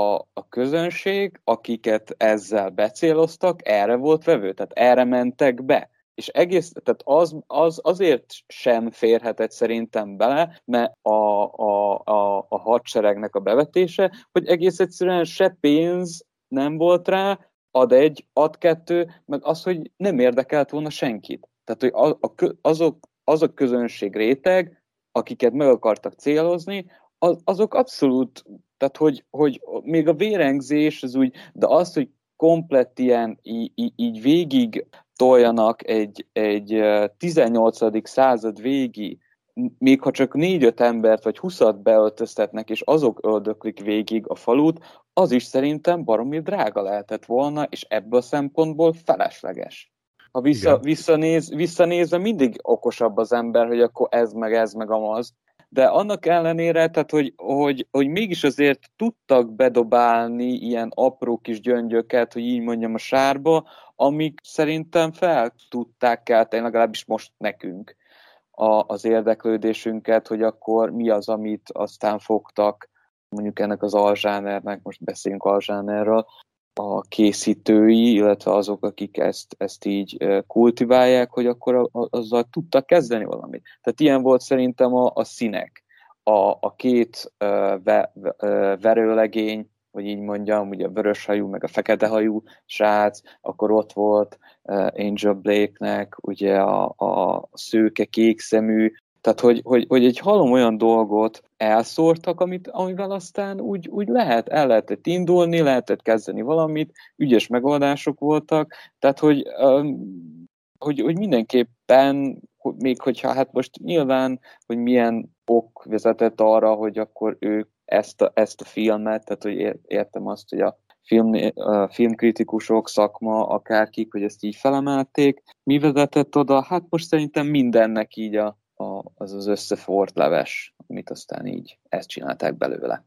a közönség, akiket ezzel becéloztak, erre volt vevő, tehát erre mentek be. És egész, tehát az, az azért sem férhetett szerintem bele, mert a, a, a, a hadseregnek a bevetése, hogy egész egyszerűen se pénz nem volt rá, ad egy, ad kettő, meg az, hogy nem érdekelt volna senkit. Tehát, hogy a, a, azok, azok közönség réteg, akiket meg akartak célozni, az, azok abszolút, tehát, hogy, hogy még a vérengzés, az úgy, de az, hogy komplett ilyen, így, így végig toljanak egy, egy tizennyolcadik század végi, még ha csak négy-öt embert vagy húszat beöltöztetnek, és azok öldöklik végig a falut, az is szerintem baromi drága lehetett volna, és ebből a szempontból felesleges. Ha vissza, visszanéz, visszanézve mindig okosabb az ember, hogy akkor ez meg ez meg amaz. De annak ellenére, tehát, hogy, hogy, hogy mégis azért tudtak bedobálni ilyen apró kis gyöngyöket, hogy így mondjam, a sárba, amik szerintem fel tudták kelteni, legalábbis most nekünk a, az érdeklődésünket, hogy akkor mi az, amit aztán fogtak, mondjuk ennek az alzsánernek, most beszéljünk alzsánerről, a készítői, illetve azok, akik ezt, ezt így kultiválják, hogy akkor azzal tudtak kezdeni valamit. Tehát ilyen volt szerintem a, a színek. A, a két uh, ve, uh, verőlegény, vagy így mondjam, ugye a vöröshajú, meg a feketehajú srác, akkor ott volt uh, Angel Blake-nek, ugye a, a szőke kékszemű, tehát, hogy, hogy, hogy egy halom olyan dolgot elszórtak, amit, amivel aztán úgy, úgy lehet, el lehetett indulni, lehetett kezdeni valamit, ügyes megoldások voltak, tehát, hogy, um, hogy, hogy mindenképpen, még hogyha hát most nyilván, hogy milyen ok vezetett arra, hogy akkor ők ezt a, ezt a filmet, tehát, hogy értem azt, hogy a film, a filmkritikusok, szakma, akárkik, hogy ezt így felemelték. Mi vezetett oda? Hát most szerintem mindennek így a A, az az összefort leves, amit aztán így ezt csinálták belőle.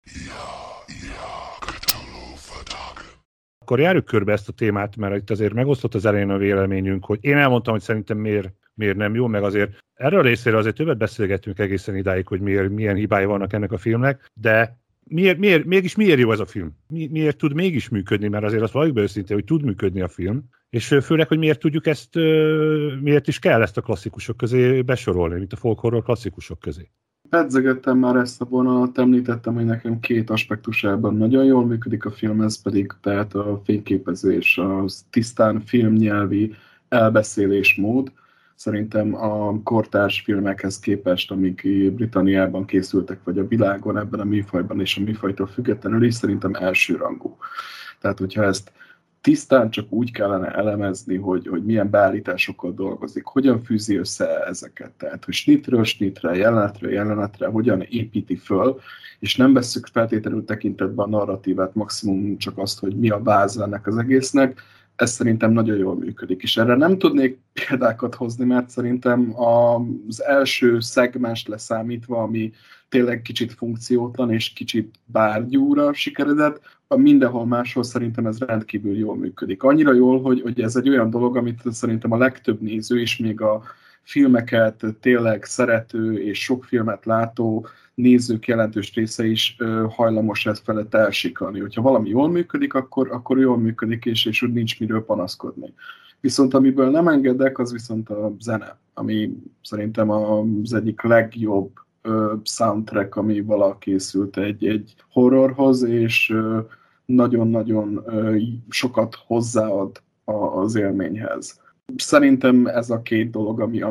Akkor járjuk körbe ezt a témát, mert itt azért megosztott az elején a véleményünk, hogy én elmondtam, hogy szerintem miért, miért nem jó, meg azért erről a részéről azért többet beszélgettünk egészen idáig, hogy miért, milyen hibái vannak ennek a filmnek, de miért, miért, mégis miért jó ez a film? Mi, miért tud mégis működni, mert azért azt valljuk be őszintén, hogy tud működni a film, és főleg, hogy miért tudjuk ezt, miért is kell ezt a klasszikusok közé besorolni, mint a folk horror klasszikusok közé. Pedzegettem már ezt a vonalat, említettem, hogy nekem két aspektusában nagyon jól működik a film, ez pedig tehát a fényképezés, a tisztán filmnyelvi elbeszélésmód. Szerintem a kortárs filmekhez képest, amik Britanniában készültek, vagy a világon ebben a műfajban és a műfajtól függetlenül is, szerintem elsőrangú. Tehát, hogyha ezt tisztán csak úgy kellene elemezni, hogy, hogy milyen beállításokkal dolgozik, hogyan fűzi össze ezeket, tehát hogy snitről snitre, jelenetről jelenetre, hogyan építi föl, és nem vesszük feltétlenül tekintetben a narratívát, maximum csak azt, hogy mi a báz ennek az egésznek, ez szerintem nagyon jól működik. És erre nem tudnék példákat hozni, mert szerintem az első szegmens leszámítva, ami tényleg kicsit funkciótlan és kicsit bárgyúra sikeredett, mindenhol máshol szerintem ez rendkívül jól működik. Annyira jól, hogy, hogy ez egy olyan dolog, amit szerintem a legtöbb néző, és még a filmeket tényleg szerető és sok filmet látó nézők jelentős része is ö, hajlamos ez felett elsiklani. Hogyha valami jól működik, akkor, akkor jól működik, és, és úgy nincs miről panaszkodni. Viszont amiből nem engedek, az viszont a zene, ami szerintem az egyik legjobb ö, soundtrack, ami valaha készült egy, egy horrorhoz, és ö, nagyon-nagyon ö, sokat hozzáad a, az élményhez. Szerintem ez a két dolog, ami,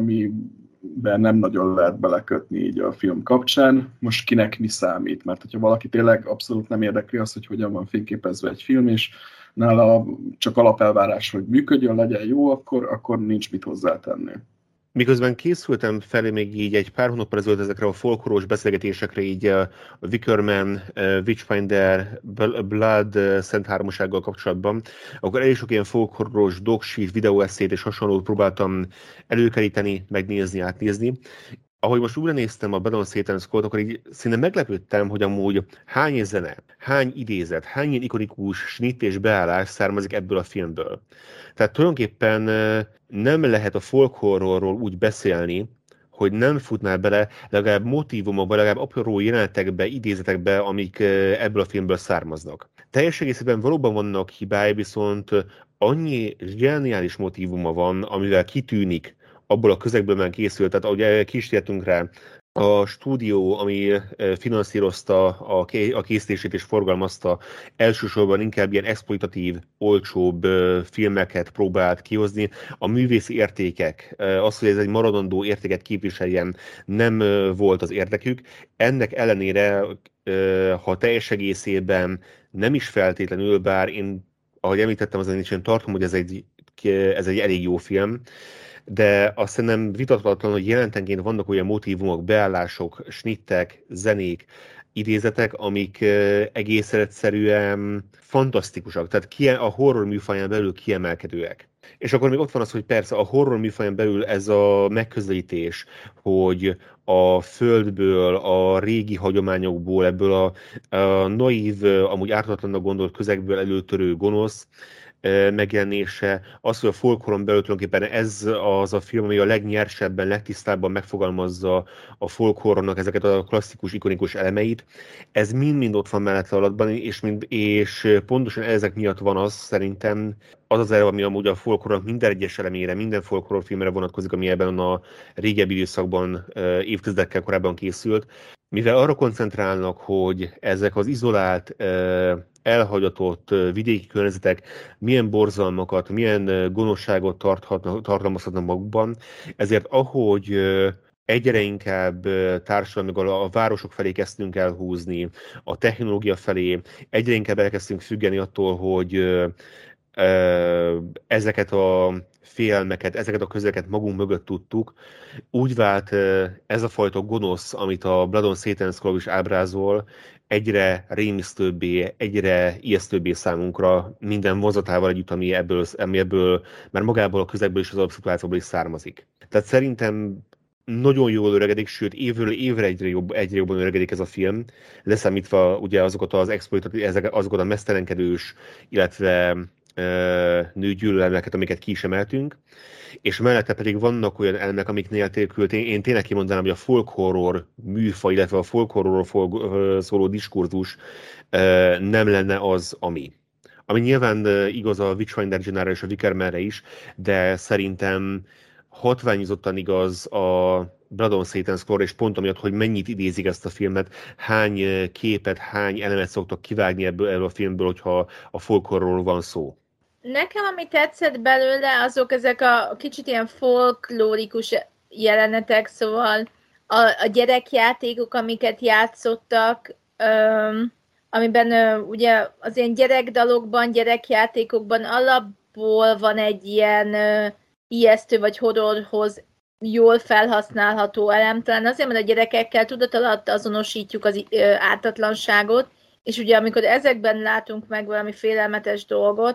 amiben nem nagyon lehet belekötni így a film kapcsán. Most kinek mi számít? Mert hogyha valaki tényleg abszolút nem érdekli azt, hogy hogyan van fényképezve egy film, és nála csak alapelvárás, hogy működjön, legyen jó, akkor, akkor nincs mit hozzátenni. Miközben készültem felé még így egy pár hónappal ezelőtt ezekre a folkloros beszélgetésekre, így a Wickerman, Witchfinder, Blood Szent Háromsággal kapcsolatban, akkor elég sok ilyen folkloros dogsheet, videóesszét és hasonlót próbáltam előkeríteni, megnézni, átnézni. Ahogy most újra néztem a Blood Satan Squad, akkor így szinte meglepődtem, hogy amúgy hány zene, hány idézet, hány ilyen ikonikus snitt és beállás származik ebből a filmből. Tehát tulajdonképpen nem lehet a folk horrorról úgy beszélni, hogy nem futnál bele legalább motívumokba, legalább apró jelenetekbe, idézetekbe, amik ebből a filmből származnak. Teljes egészében valóban vannak hibái, viszont annyi zseniális motívuma van, amivel kitűnik abból a közegből már készült. Tehát ahogy kísértünk rá, a stúdió, ami finanszírozta a készítését és forgalmazta, elsősorban inkább ilyen exploitatív, olcsóbb filmeket próbált kihozni. A művészi értékek, az, hogy ez egy maradandó értéket képviseljen, nem volt az érdekük. Ennek ellenére, ha teljes egészében nem is feltétlenül, bár én, ahogy említettem, azon is én tartom, hogy ez egy, ez egy elég jó film, de azt szerintem vitathatatlan, hogy jelentenként vannak olyan motívumok, beállások, snittek, zenék, idézetek, amik egészen egyszerűen fantasztikusak, tehát a horror műfaján belül kiemelkedőek. És akkor még ott van az, hogy persze a horror műfaján belül ez a megközelítés, hogy a földből, a régi hagyományokból, ebből a, a naív, amúgy ártatlannak gondolt közegből előtörő gonosz megjelenése, az, hogy a folkloron belül tulajdonképpen ez az a film, ami a legnyersebben, legtisztábban megfogalmazza a folklornak ezeket a klasszikus, ikonikus elemeit, ez mind-mind ott van mellette alatban, és, mind, és pontosan ezek miatt van az szerintem, az az elem, ami amúgy a folklornak minden egyes elemére, minden folklor filmre vonatkozik, ami ebben a régebbi időszakban, évtizedekkel korábban készült, mivel arra koncentrálnak, hogy ezek az izolált, elhagyatott vidéki környezetek milyen borzalmakat, milyen gonoszságot tartalmazhatnak magukban, ezért ahogy egyre inkább társadalmilag a városok felé kezdtünk elhúzni, a technológia felé, egyre inkább elkezdtünk függeni attól, hogy ezeket a félelmeket, ezeket a közeket magunk mögött tudtuk, úgy vált ez a fajta gonosz, amit a Blood on Satan's Claw is ábrázol, egyre rémisztőbbé, egyre ijesztőbbé számunkra minden vonzatával együtt, ami ebből, ami ebből már magából a közegből és az alapszituációból is származik. Tehát szerintem nagyon jól öregedik, sőt évről évre egyre, jobb, egyre jobban öregedik ez a film, leszámítva ugye azokat az exploitatív, azokat a mesztelenkedős, illetve nőgyűlölemeket, amiket ki is emeltünk, és mellette pedig vannak olyan elemek, amik nélkül én, én tényleg kimondanám, hogy a folk horror műfaj, illetve a folk horrorról szóló diskurzus nem lenne az, ami. Ami nyilván igaz a Witchfinder Generára és a Wickermanre is, de szerintem hatványozottan igaz a Blood on Satan's Claw, és pont amiatt, hogy mennyit idézik ezt a filmet, hány képet, hány elemet szoktak kivágni ebből, ebből a filmből, hogyha a folk horrorról van szó. Nekem, ami tetszett belőle, azok ezek a kicsit ilyen folklórikus jelenetek, szóval a, a gyerekjátékok, amiket játszottak, öm, amiben ö, ugye az ilyen gyerekdalokban, gyerekjátékokban alapból van egy ilyen ö, ijesztő vagy horrorhoz jól felhasználható elem. Talán azért, mert a gyerekekkel tudat alatt azonosítjuk az ö, ártatlanságot, és ugye amikor ezekben látunk meg valami félelmetes dolgot,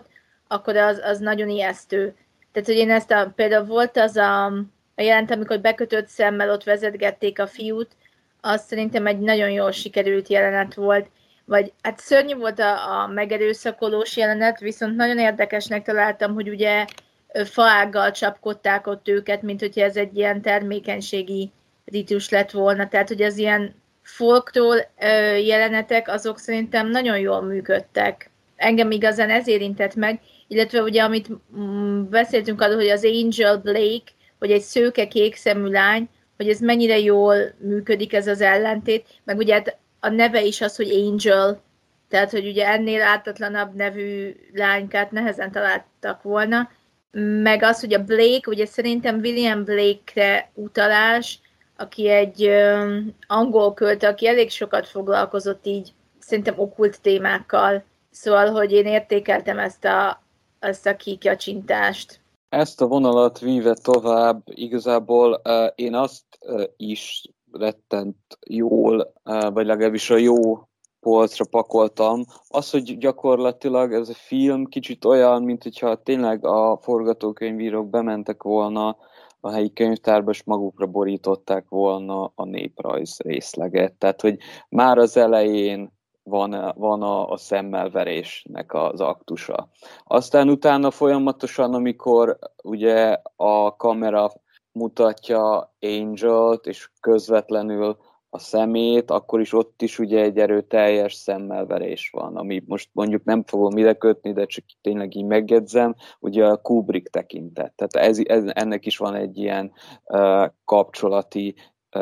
akkor az, az nagyon ijesztő. Tehát, hogy én ezt a, például volt az a, a jelent, amikor bekötött szemmel ott vezetgették a fiút, az szerintem egy nagyon jól sikerült jelenet volt. Vagy hát szörnyű volt a, a megerőszakolós jelenet, viszont nagyon érdekesnek találtam, hogy ugye faággal csapkodták ott őket, mint hogyha ez egy ilyen termékenységi ritus lett volna. Tehát, hogy az ilyen folktól jelenetek, azok szerintem nagyon jól működtek. Engem igazán ez érintett meg, illetve ugye, amit beszéltünk arról, hogy az Angel Blake, hogy egy szőke kékszemű lány, hogy ez mennyire jól működik ez az ellentét, meg ugye a neve is az, hogy Angel, tehát, hogy ugye ennél ártatlanabb nevű lánykát nehezen találtak volna, meg az, hogy a Blake, ugye szerintem William Blake-re utalás, aki egy um, angol költő, aki elég sokat foglalkozott így, szerintem okkult témákkal. Szóval, hogy én értékeltem ezt a, ezt a kikacsintást. Ezt a vonalat víve tovább, igazából uh, én azt uh, is rettent jól, uh, vagy legalábbis a jó polcra pakoltam. Az, hogy gyakorlatilag ez a film kicsit olyan, mint hogyha tényleg a forgatókönyvírók bementek volna a helyi könyvtárba, és magukra borították volna a néprajz részleget. Tehát, hogy már az elején van, van a, a szemmelverésnek az aktusa. Aztán utána folyamatosan, amikor ugye a kamera mutatja Angelt, és közvetlenül a szemét, akkor is ott is ugye egy erőteljes szemmelverés van, ami most mondjuk nem fogom ide kötni, de csak tényleg így megjegyzem, ugye a Kubrick tekintet. Tehát ez, ez, ennek is van egy ilyen uh, kapcsolati uh,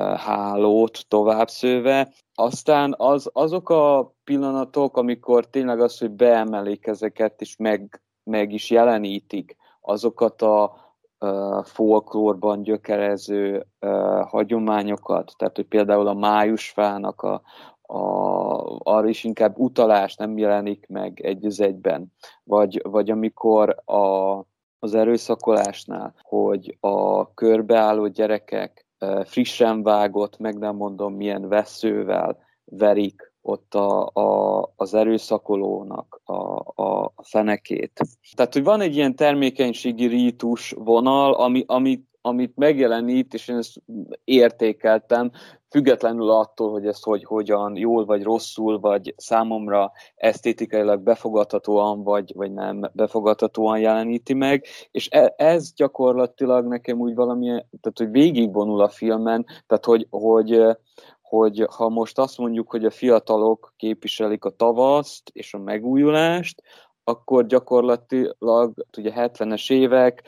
hálót továbbszőve. Aztán az, azok a pillanatok, amikor tényleg az, hogy beemelik ezeket, és meg, meg is jelenítik azokat a Uh, folklórban gyökerező uh, hagyományokat, tehát hogy például a májusfának a, a, arra is inkább utalás nem jelenik meg egy az egyben, vagy, vagy amikor a, az erőszakolásnál, hogy a körbeálló gyerekek uh, frissen vágott, meg nem mondom milyen vesszővel verik ott a, a, az erőszakolónak a, a, a fenekét. Tehát, hogy van egy ilyen termékenységi rítus vonal, ami, amit, amit megjelenít, és én ezt értékeltem, függetlenül attól, hogy ezt hogy, hogyan, jól vagy rosszul, vagy számomra esztétikailag befogadhatóan, vagy, vagy nem befogadhatóan jeleníti meg, és ez gyakorlatilag nekem úgy valami, tehát, hogy végigvonul a filmen, tehát, hogy, hogy hogy ha most azt mondjuk, hogy a fiatalok képviselik a tavaszt és a megújulást, akkor gyakorlatilag ugye hetvenes évek,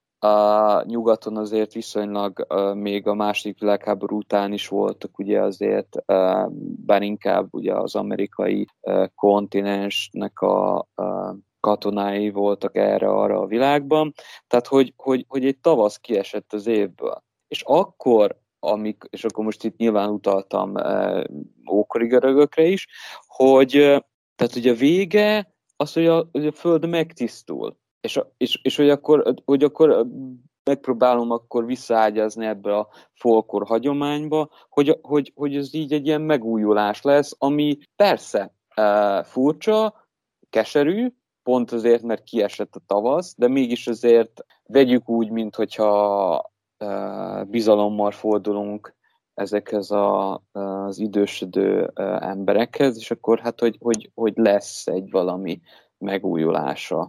a nyugaton azért viszonylag uh, még a második világháború után is voltak ugye azért, uh, bár inkább ugye az amerikai uh, kontinensnek a uh, katonái voltak erre-arra a világban, tehát hogy, hogy, hogy egy tavasz kiesett az évből. És akkor Amik, és akkor most itt nyilván utaltam eh, ókori görögökre is, hogy eh, tehát ugye a vége az, hogy a, hogy a föld megtisztul, és, és, és hogy, akkor, hogy akkor megpróbálom akkor visszaágyazni ebbe a folklór hagyományba, hogy, hogy, hogy ez így egy ilyen megújulás lesz, ami persze eh, furcsa, keserű, pont azért, mert kiesett a tavasz, de mégis azért vegyük úgy, mint hogyha bizalommal fordulunk ezekhez a, az idősödő emberekhez, és akkor hát, hogy, hogy, hogy lesz egy valami megújulása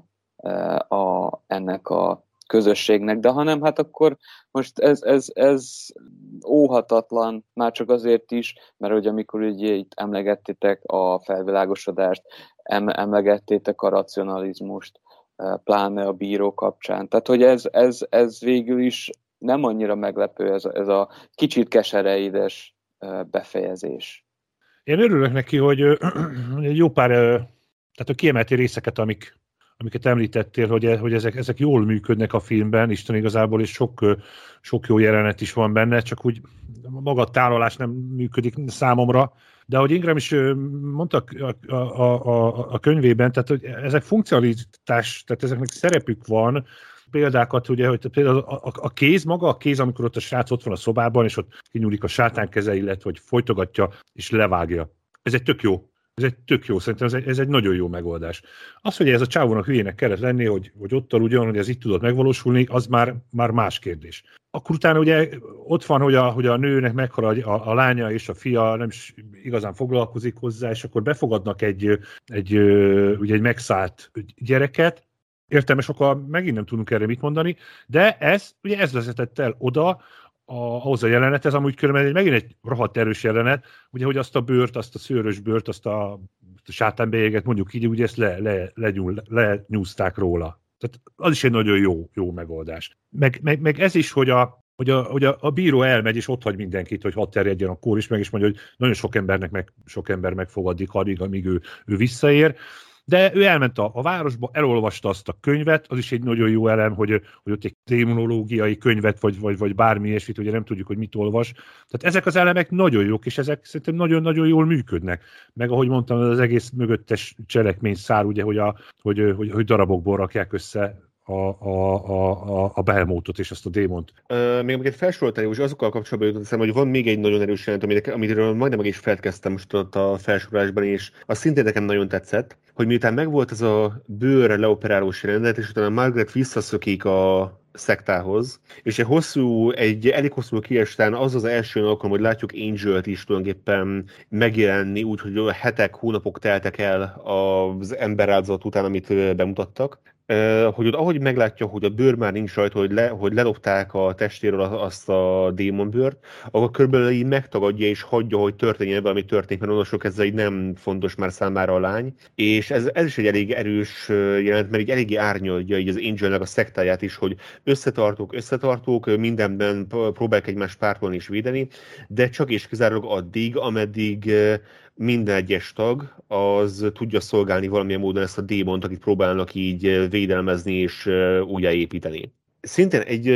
a, ennek a közösségnek, de ha nem, hát akkor most ez, ez, ez óhatatlan, már csak azért is, mert hogy amikor ugye itt emlegettétek a felvilágosodást, em, emlegettétek a racionalizmust, pláne a bíró kapcsán. Tehát, hogy ez, ez, ez végül is nem annyira meglepő ez a, ez a kicsit kesereides befejezés. Én örülök neki, hogy jó pár, tehát a kiemelti részeket, amik, amiket említettél, hogy, hogy ezek, ezek jól működnek a filmben, Isten igazából, és sok, sok jó jelenet is van benne, csak úgy maga a tálalás nem működik számomra, de ahogy Ingram is mondta a, a, a, a könyvében, tehát hogy ezek funkcionalitás, tehát ezeknek szerepük van, példákat, ugye, hogy például a, a, a kéz, maga a kéz, amikor ott a srác ott van a szobában, és ott kinyúlik a sátánkeze, illetve hogy folytogatja és levágja. Ez egy tök jó Ez egy tök jó, szerintem ez egy, ez egy nagyon jó megoldás. Az, hogy ez a csávónak hülyének kellett lenni, hogy, hogy ott aludjon, hogy ez itt tudott megvalósulni, az már, már más kérdés. Akkor utána ugye ott van, hogy a, hogy a nőnek meghal a, a lánya és a fia nem is igazán foglalkozik hozzá, és akkor befogadnak egy, egy, ugye egy megszállt gyereket. Értelmes okkal megint nem tudunk erre mit mondani, de ez, ugye ez vezetett el oda, A, ahhoz a jelenet, ez amúgy körülbelül megint egy rohadt erős jelenet, ugye, hogy azt a bőrt, azt a szőrös bőrt, azt a, a sátánbélyeget, mondjuk így, ugye ezt le, le, lenyúl, lenyúzták róla. Tehát az is egy nagyon jó, jó megoldás. Meg, meg, meg ez is, hogy, a, hogy, a, hogy a, a bíró elmegy, és ott hagy mindenkit, hogy hadd terjedjen a kór is, meg is mondja, hogy nagyon sok embernek meg, sok ember megfogadik addig, amíg ő, ő visszaér. De ő elment a, a városba, elolvasta azt a könyvet, az is egy nagyon jó elem, hogy, hogy ott egy démonológiai könyvet, vagy, vagy, vagy bármi ilyesmit, ugye nem tudjuk, hogy mit olvas. Tehát ezek az elemek nagyon jók, és ezek szerintem nagyon-nagyon jól működnek. Meg ahogy mondtam, az egész mögöttes cselekmény szár, ugye, hogy, a, hogy, hogy, hogy darabokból rakják össze a, a, a, a Behemothot és azt a démont. Uh, még amiket felsoroltál, és azokkal kapcsolatban jutott eszembe, hogy van még egy nagyon erős jelent, amiről majdnem meg is felkezdtem most ott a felsorolásban, és az szintén nekem nagyon tetszett, hogy miután megvolt ez a bőr leoperálós jelenet, és utána Margaret visszaszökik a szektához, és egy hosszú, egy elég hosszú kiestán az az első alkalom, hogy látjuk Angelt is tulajdonképpen megjelenni, úgyhogy hetek, hónapok teltek el az emberáldozat után, amit bemutattak. Hogy ott ahogy meglátja, hogy a bőr már nincs rajta, hogy, le, hogy lelopták a testéről azt a démonbőrt, akkor körülbelül így megtagadja és hagyja, hogy történjen valami történik, mert onnantól kezdve így nem fontos már számára a lány. És ez, ez is egy elég erős jelent, mert így eléggé árnyalja így az Angelnek a szektáját is, hogy összetartók, összetartók, mindenben próbálják egymást pártolni és védeni, de csak és kizárólag addig, ameddig minden egyes tag az tudja szolgálni valamilyen módon ezt a démont, akit próbálnak így védelmezni és újjáépíteni. Szintén egy,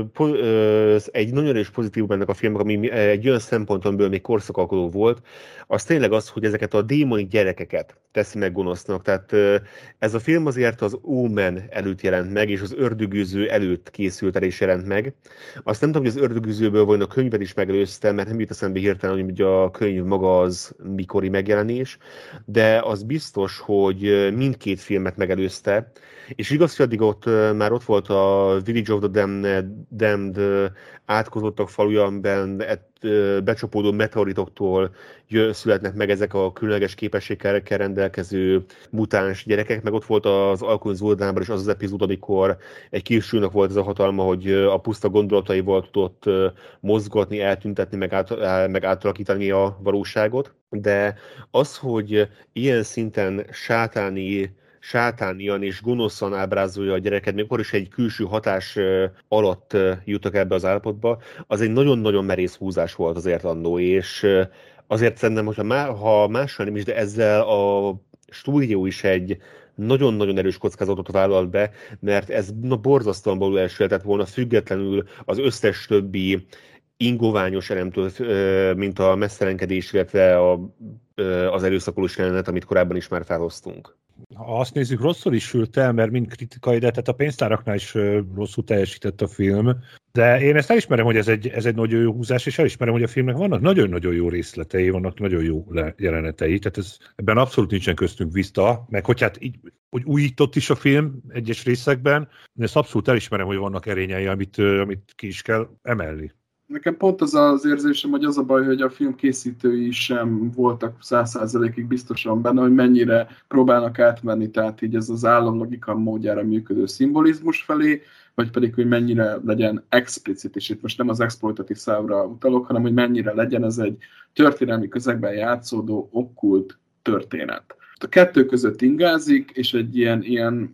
egy nagyon erős pozitív ennek a filmnek, ami egy olyan szempontból még korszakalkodó volt, az tényleg az, hogy ezeket a démoni gyerekeket teszi meg gonosznak. Tehát ez a film azért az Omen előtt jelent meg, és az Ördögűző előtt készült el és jelent meg. Azt nem tudom, hogy az Ördögűzőből vagy a könyvet is megelőzte, mert nem jut eszembe hirtelen, hogy a könyv maga az mikori megjelenés, de az biztos, hogy mindkét filmet megelőzte, és igaz, hogy addig ott már ott volt a Village of the Damned, Damned átkozottak falujanban becsapódó meteoritoktól születnek meg ezek a különleges képességekkel rendelkező mutáns gyerekek, meg ott volt az Alkon Zoldánban is az az epizód, amikor egy kisülnek volt ez a hatalma, hogy a puszta gondolataival tudott mozgatni, eltüntetni, meg, át, meg átalakítani a valóságot. De az, hogy ilyen szinten sátáni sátánian és gonoszan ábrázolja a gyereket, még akkor is egy külső hatás alatt jutok ebbe az állapotba, az egy nagyon-nagyon merész húzás volt azért annó, és azért szerintem, hogyha má, ha mással nem is, de ezzel a stúdió is egy nagyon-nagyon erős kockázatot vállalt be, mert ez na, borzasztóan való elsülhetett volna, függetlenül az összes többi ingoványos elemtől, mint a messzelenkedés, illetve a, az erőszakolós jelenet, amit korábban is már felhoztunk. Ha azt nézzük, rosszul is sült el, mert mind kritikai, de tehát a pénztáraknál is rosszul teljesített a film. De én ezt elismerem, hogy ez egy, ez egy nagyon jó húzás, és elismerem, hogy a filmnek vannak nagyon-nagyon jó részletei, vannak nagyon jó jelenetei, tehát ez, ebben abszolút nincsen köztünk vita, meg hogy hát így, hogy újított is a film egyes részekben, de ezt abszolút elismerem, hogy vannak erényei, amit, amit ki is kell emelni. Nekem pont az az érzésem, hogy az a baj, hogy a film készítői sem voltak száz százalékig biztosan benne, hogy mennyire próbálnak átmenni, tehát így ez az államlogika módjára működő szimbolizmus felé, vagy pedig, hogy mennyire legyen explicit, és itt most nem az exploitatív szávra utalok, hanem hogy mennyire legyen ez egy történelmi közegben játszódó okkult történet. A kettő között ingázik, és egy ilyen, ilyen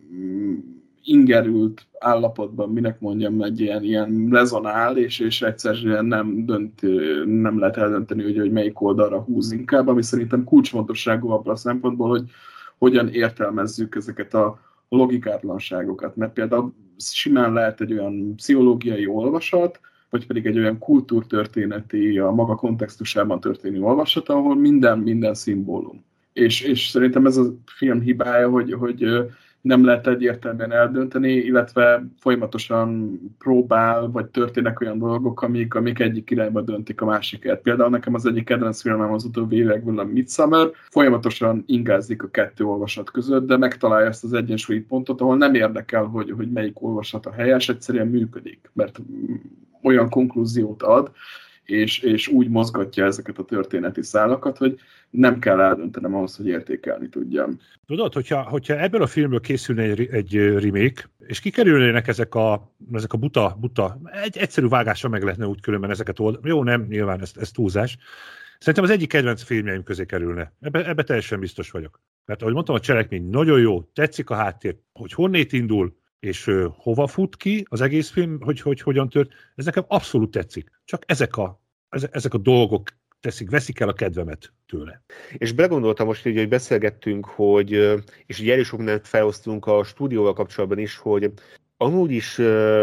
ingerült állapotban, minek mondjam, egy ilyen, ilyen lezonál, és, és egyszerűen nem, dönt, nem lehet eldönteni, hogy, hogy melyik oldalra húz inkább, ami szerintem kulcsfontosságú abban a szempontból, hogy hogyan értelmezzük ezeket a logikátlanságokat. Mert például simán lehet egy olyan pszichológiai olvasat, vagy pedig egy olyan kultúrtörténeti, a maga kontextusában történő olvasat, ahol minden, minden szimbólum. És, és szerintem ez a film hibája, hogy, hogy nem lehet egyértelműen eldönteni, illetve folyamatosan próbál, vagy történnek olyan dolgok, amik, amik egyik irányba döntik a másikért. Például nekem az egyik kedvenc filmem az utóbbi évekből a Midsommar, folyamatosan ingázik a kettő olvasat között, de megtalálja ezt az egyensúlyi pontot, ahol nem érdekel, hogy, hogy melyik olvasat a helyes, egyszerűen működik, mert olyan konklúziót ad, és, és úgy mozgatja ezeket a történeti szálakat, hogy nem kell eldöntenem ahhoz, hogy értékelni tudjam. Tudod, hogyha, hogyha ebből a filmből készülne egy, egy remake, és kikerülnének ezek a, ezek a buta, buta, egy egyszerű vágásra meg lehetne úgy különben ezeket oldani. Jó, nem, nyilván ez, ez túlzás. Szerintem az egyik kedvenc filmjeim közé kerülne. Ebbe, ebbe teljesen biztos vagyok. Mert ahogy mondtam, a cselekmény nagyon jó, tetszik a háttér, hogy honnét indul, és uh, hova fut ki az egész film, hogy, hogy hogyan tört, ez nekem abszolút tetszik. Csak ezek a, ezek a dolgok teszik, veszik el a kedvemet tőle. És belegondoltam most, hogy beszélgettünk, hogy, és ugye elég sok mindent felosztunk a stúdióval kapcsolatban is, hogy amúgy is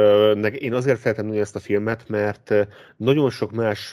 én azért szeretem nagyon ezt a filmet, mert nagyon sok más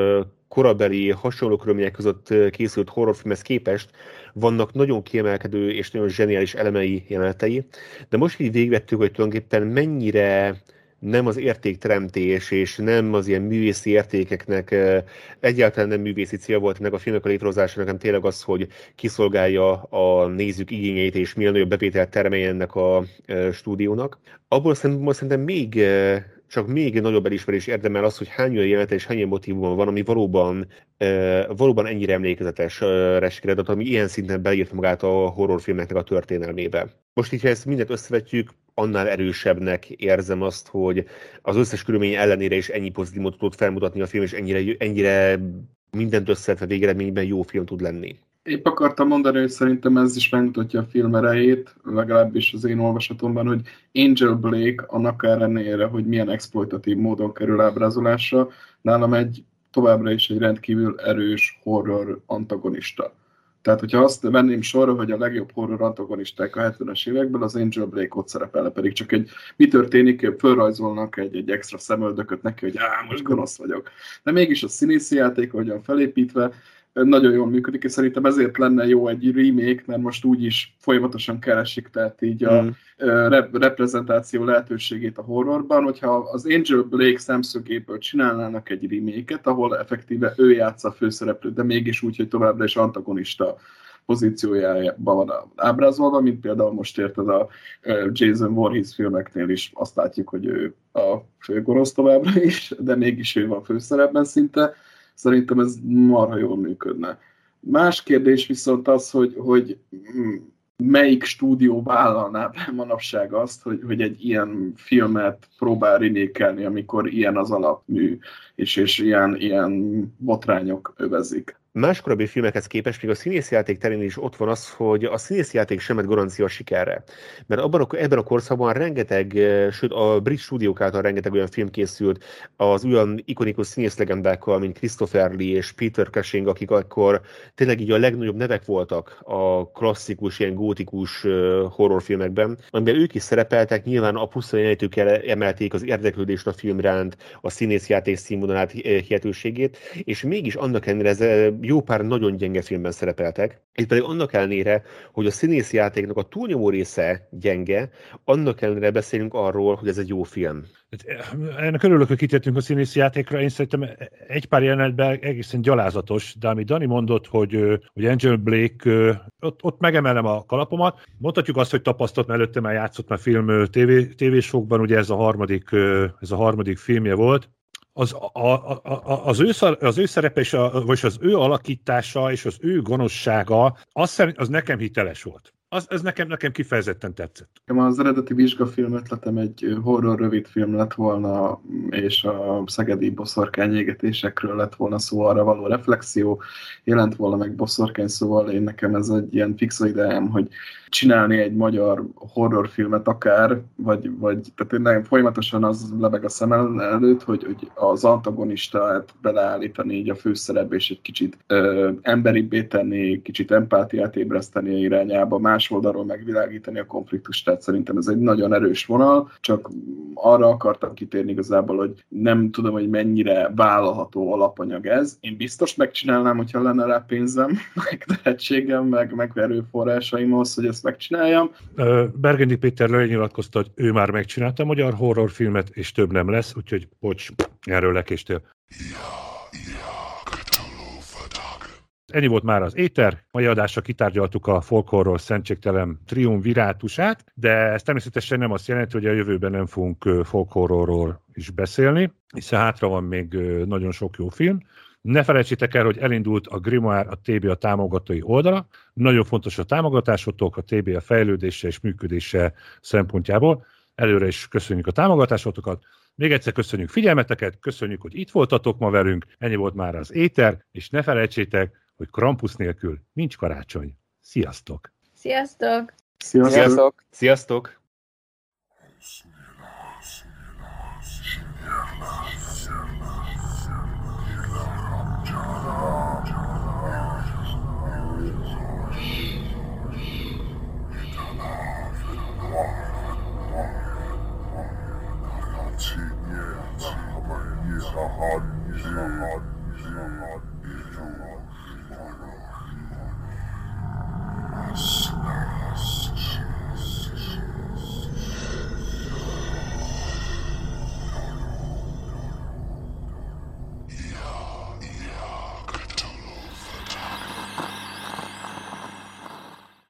korabeli hasonló körülmények között készült horrorfilmhez képest vannak nagyon kiemelkedő és nagyon zseniális elemei, jelenetei, de most így végigvettük, hogy tulajdonképpen mennyire nem az értékteremtés, és nem az ilyen művészi értékeknek egyáltalán nem művészi cél volt ennek a filmnek a létrehozása, nekem tényleg az, hogy kiszolgálja a nézők igényeit, és minél nagyobb bevételt termeljen ennek a stúdiónak. Abból szerintem, szerintem még csak még nagyobb elismerés érdemel az, hogy hány olyan jelenet és hány olyan motívum van, ami valóban, valóban ennyire emlékezetesre sikeredett, ami ilyen szinten beírta magát a horrorfilmeknek a történelmébe. Most így, ha ezt mindent összevetjük, annál erősebbnek érzem azt, hogy az összes körülmény ellenére is ennyi pozitívumot tudott felmutatni a film, és ennyire, ennyire mindent összevetve végeredményben jó film tud lenni. Épp akartam mondani, hogy szerintem ez is megmutatja a film erejét, legalábbis az én olvasatomban, hogy Angel Blake annak ellenére, hogy milyen exploitatív módon kerül ábrázolásra, nálam egy továbbra is egy rendkívül erős horror antagonista. Tehát, hogyha azt venném sorra, hogy a legjobb horror antagonisták a hetvenes évekből, az Angel Blake ott szerepelne, pedig csak egy mi történik, fölrajzolnak egy, egy extra szemöldököt neki, hogy á, most gonosz vagyok. De mégis a színészi játék, ahogyan felépítve, nagyon jól működik, és szerintem ezért lenne jó egy remake, mert most úgyis folyamatosan keresik, tehát így a mm. rep- reprezentáció lehetőségét a horrorban, hogyha az Angel Blake szemszögéből csinálnának egy remake-et, ahol effektíve ő játsza a főszereplőt, de mégis úgy, hogy továbbra is antagonista pozíciójában van ábrázolva, mint például most érted a Jason Voorhees filmeknél is azt látjuk, hogy ő a főgonosz továbbra is, de mégis ő van főszerepben szinte. Szerintem ez marha jól működne. Más kérdés viszont az, hogy, hogy melyik stúdió vállalná be manapság azt, hogy, hogy egy ilyen filmet próbál remékelni, amikor ilyen az alapmű, és, és ilyen, ilyen botrányok övezik. Más korábbi filmekhez képest még a színészjáték terén is ott van az, hogy a színészjáték sem ad garancia a sikerre. Mert abban a, ebben a korszakban rengeteg, sőt a brit stúdiók által rengeteg olyan film készült az olyan ikonikus színészlegendákkal, mint Christopher Lee és Peter Cushing, akik akkor tényleg így a legnagyobb nevek voltak a klasszikus, ilyen gótikus horrorfilmekben, amiben ők is szerepeltek, nyilván a plusz jelenlétük emelték az érdeklődést a film iránt, a színészjáték színvonalát, hihetőségét, és mégis annak ellenére ez jó pár nagyon gyenge filmben szerepeltek. Itt pedig annak ellenére, hogy a színészjátéknak a túlnyomó része gyenge, annak ellenére beszélünk arról, hogy ez egy jó film. Ennek örülök, hogy kitértünk a színészjátékra. Én szerintem egy pár jelenetben egészen gyalázatos, de amit Dani mondott, hogy, hogy Angel Blake, ott, ott megemelem a kalapomat. Mondhatjuk azt, hogy tapasztalt, mert előtte már játszott már film tévésokban, ugye ez a harmadik, ez a harmadik filmje volt. Az, a, a, a, az, ő, az ő szerepe, és a, vagy az ő alakítása, és az ő gonoszsága, az, szerint, az nekem hiteles volt. Az, ez nekem, nekem kifejezetten tetszett. Az eredeti vizsgafilm ötletem egy horror rövidfilm lett volna, és a szegedi boszorkányégetésekről lett volna szó, arra való reflexió, jelent volna meg boszorkány, szóval én nekem ez egy ilyen fix ideám, hogy csinálni egy magyar horrorfilmet akár, vagy, vagy tehát én nekem folyamatosan az lebeg a szem előtt, hogy, hogy az antagonistát beleállítani így a főszerepbe, és egy kicsit ö, emberibbé tenni, kicsit empátiát ébreszteni irányába, más oldalról megvilágítani a konfliktust, tehát szerintem ez egy nagyon erős vonal, csak arra akartam kitérni igazából, hogy nem tudom, hogy mennyire vállalható alapanyag ez. Én biztos megcsinálnám, hogyha lenne rá pénzem, meg tehetségem, meg, meg erőforrásaim ahhoz, hogy ezt megcsináljam. Bergendi Péter lenyilatkozta, hogy ő már megcsinálta a magyar horrorfilmet, és több nem lesz, úgyhogy bocs, erről lekéstél. Ennyi volt már az éter. Mai adásra kitárgyaltuk a folk horror szentségtelen triumvirátusát, de ez természetesen nem azt jelenti, hogy a jövőben nem fogunk folk horrorról is beszélni, hiszen hátra van még nagyon sok jó film. Ne felejtsétek el, hogy elindult a Grimoire, a té bé á támogatói oldala. Nagyon fontos a támogatásotok, a té bé á fejlődése és működése szempontjából. Előre is köszönjük a támogatásotokat. Még egyszer köszönjük figyelmeteket, köszönjük, hogy itt voltatok ma velünk. Ennyi volt már az éter, és ne felejtsétek, hogy Krampus nélkül nincs karácsony. Sziasztok! Sziasztok! Sziasztok! Sziasztok! Sziasztok! Yes, I'm a yes, I'm a yes, I'm a yes, I'm a yes.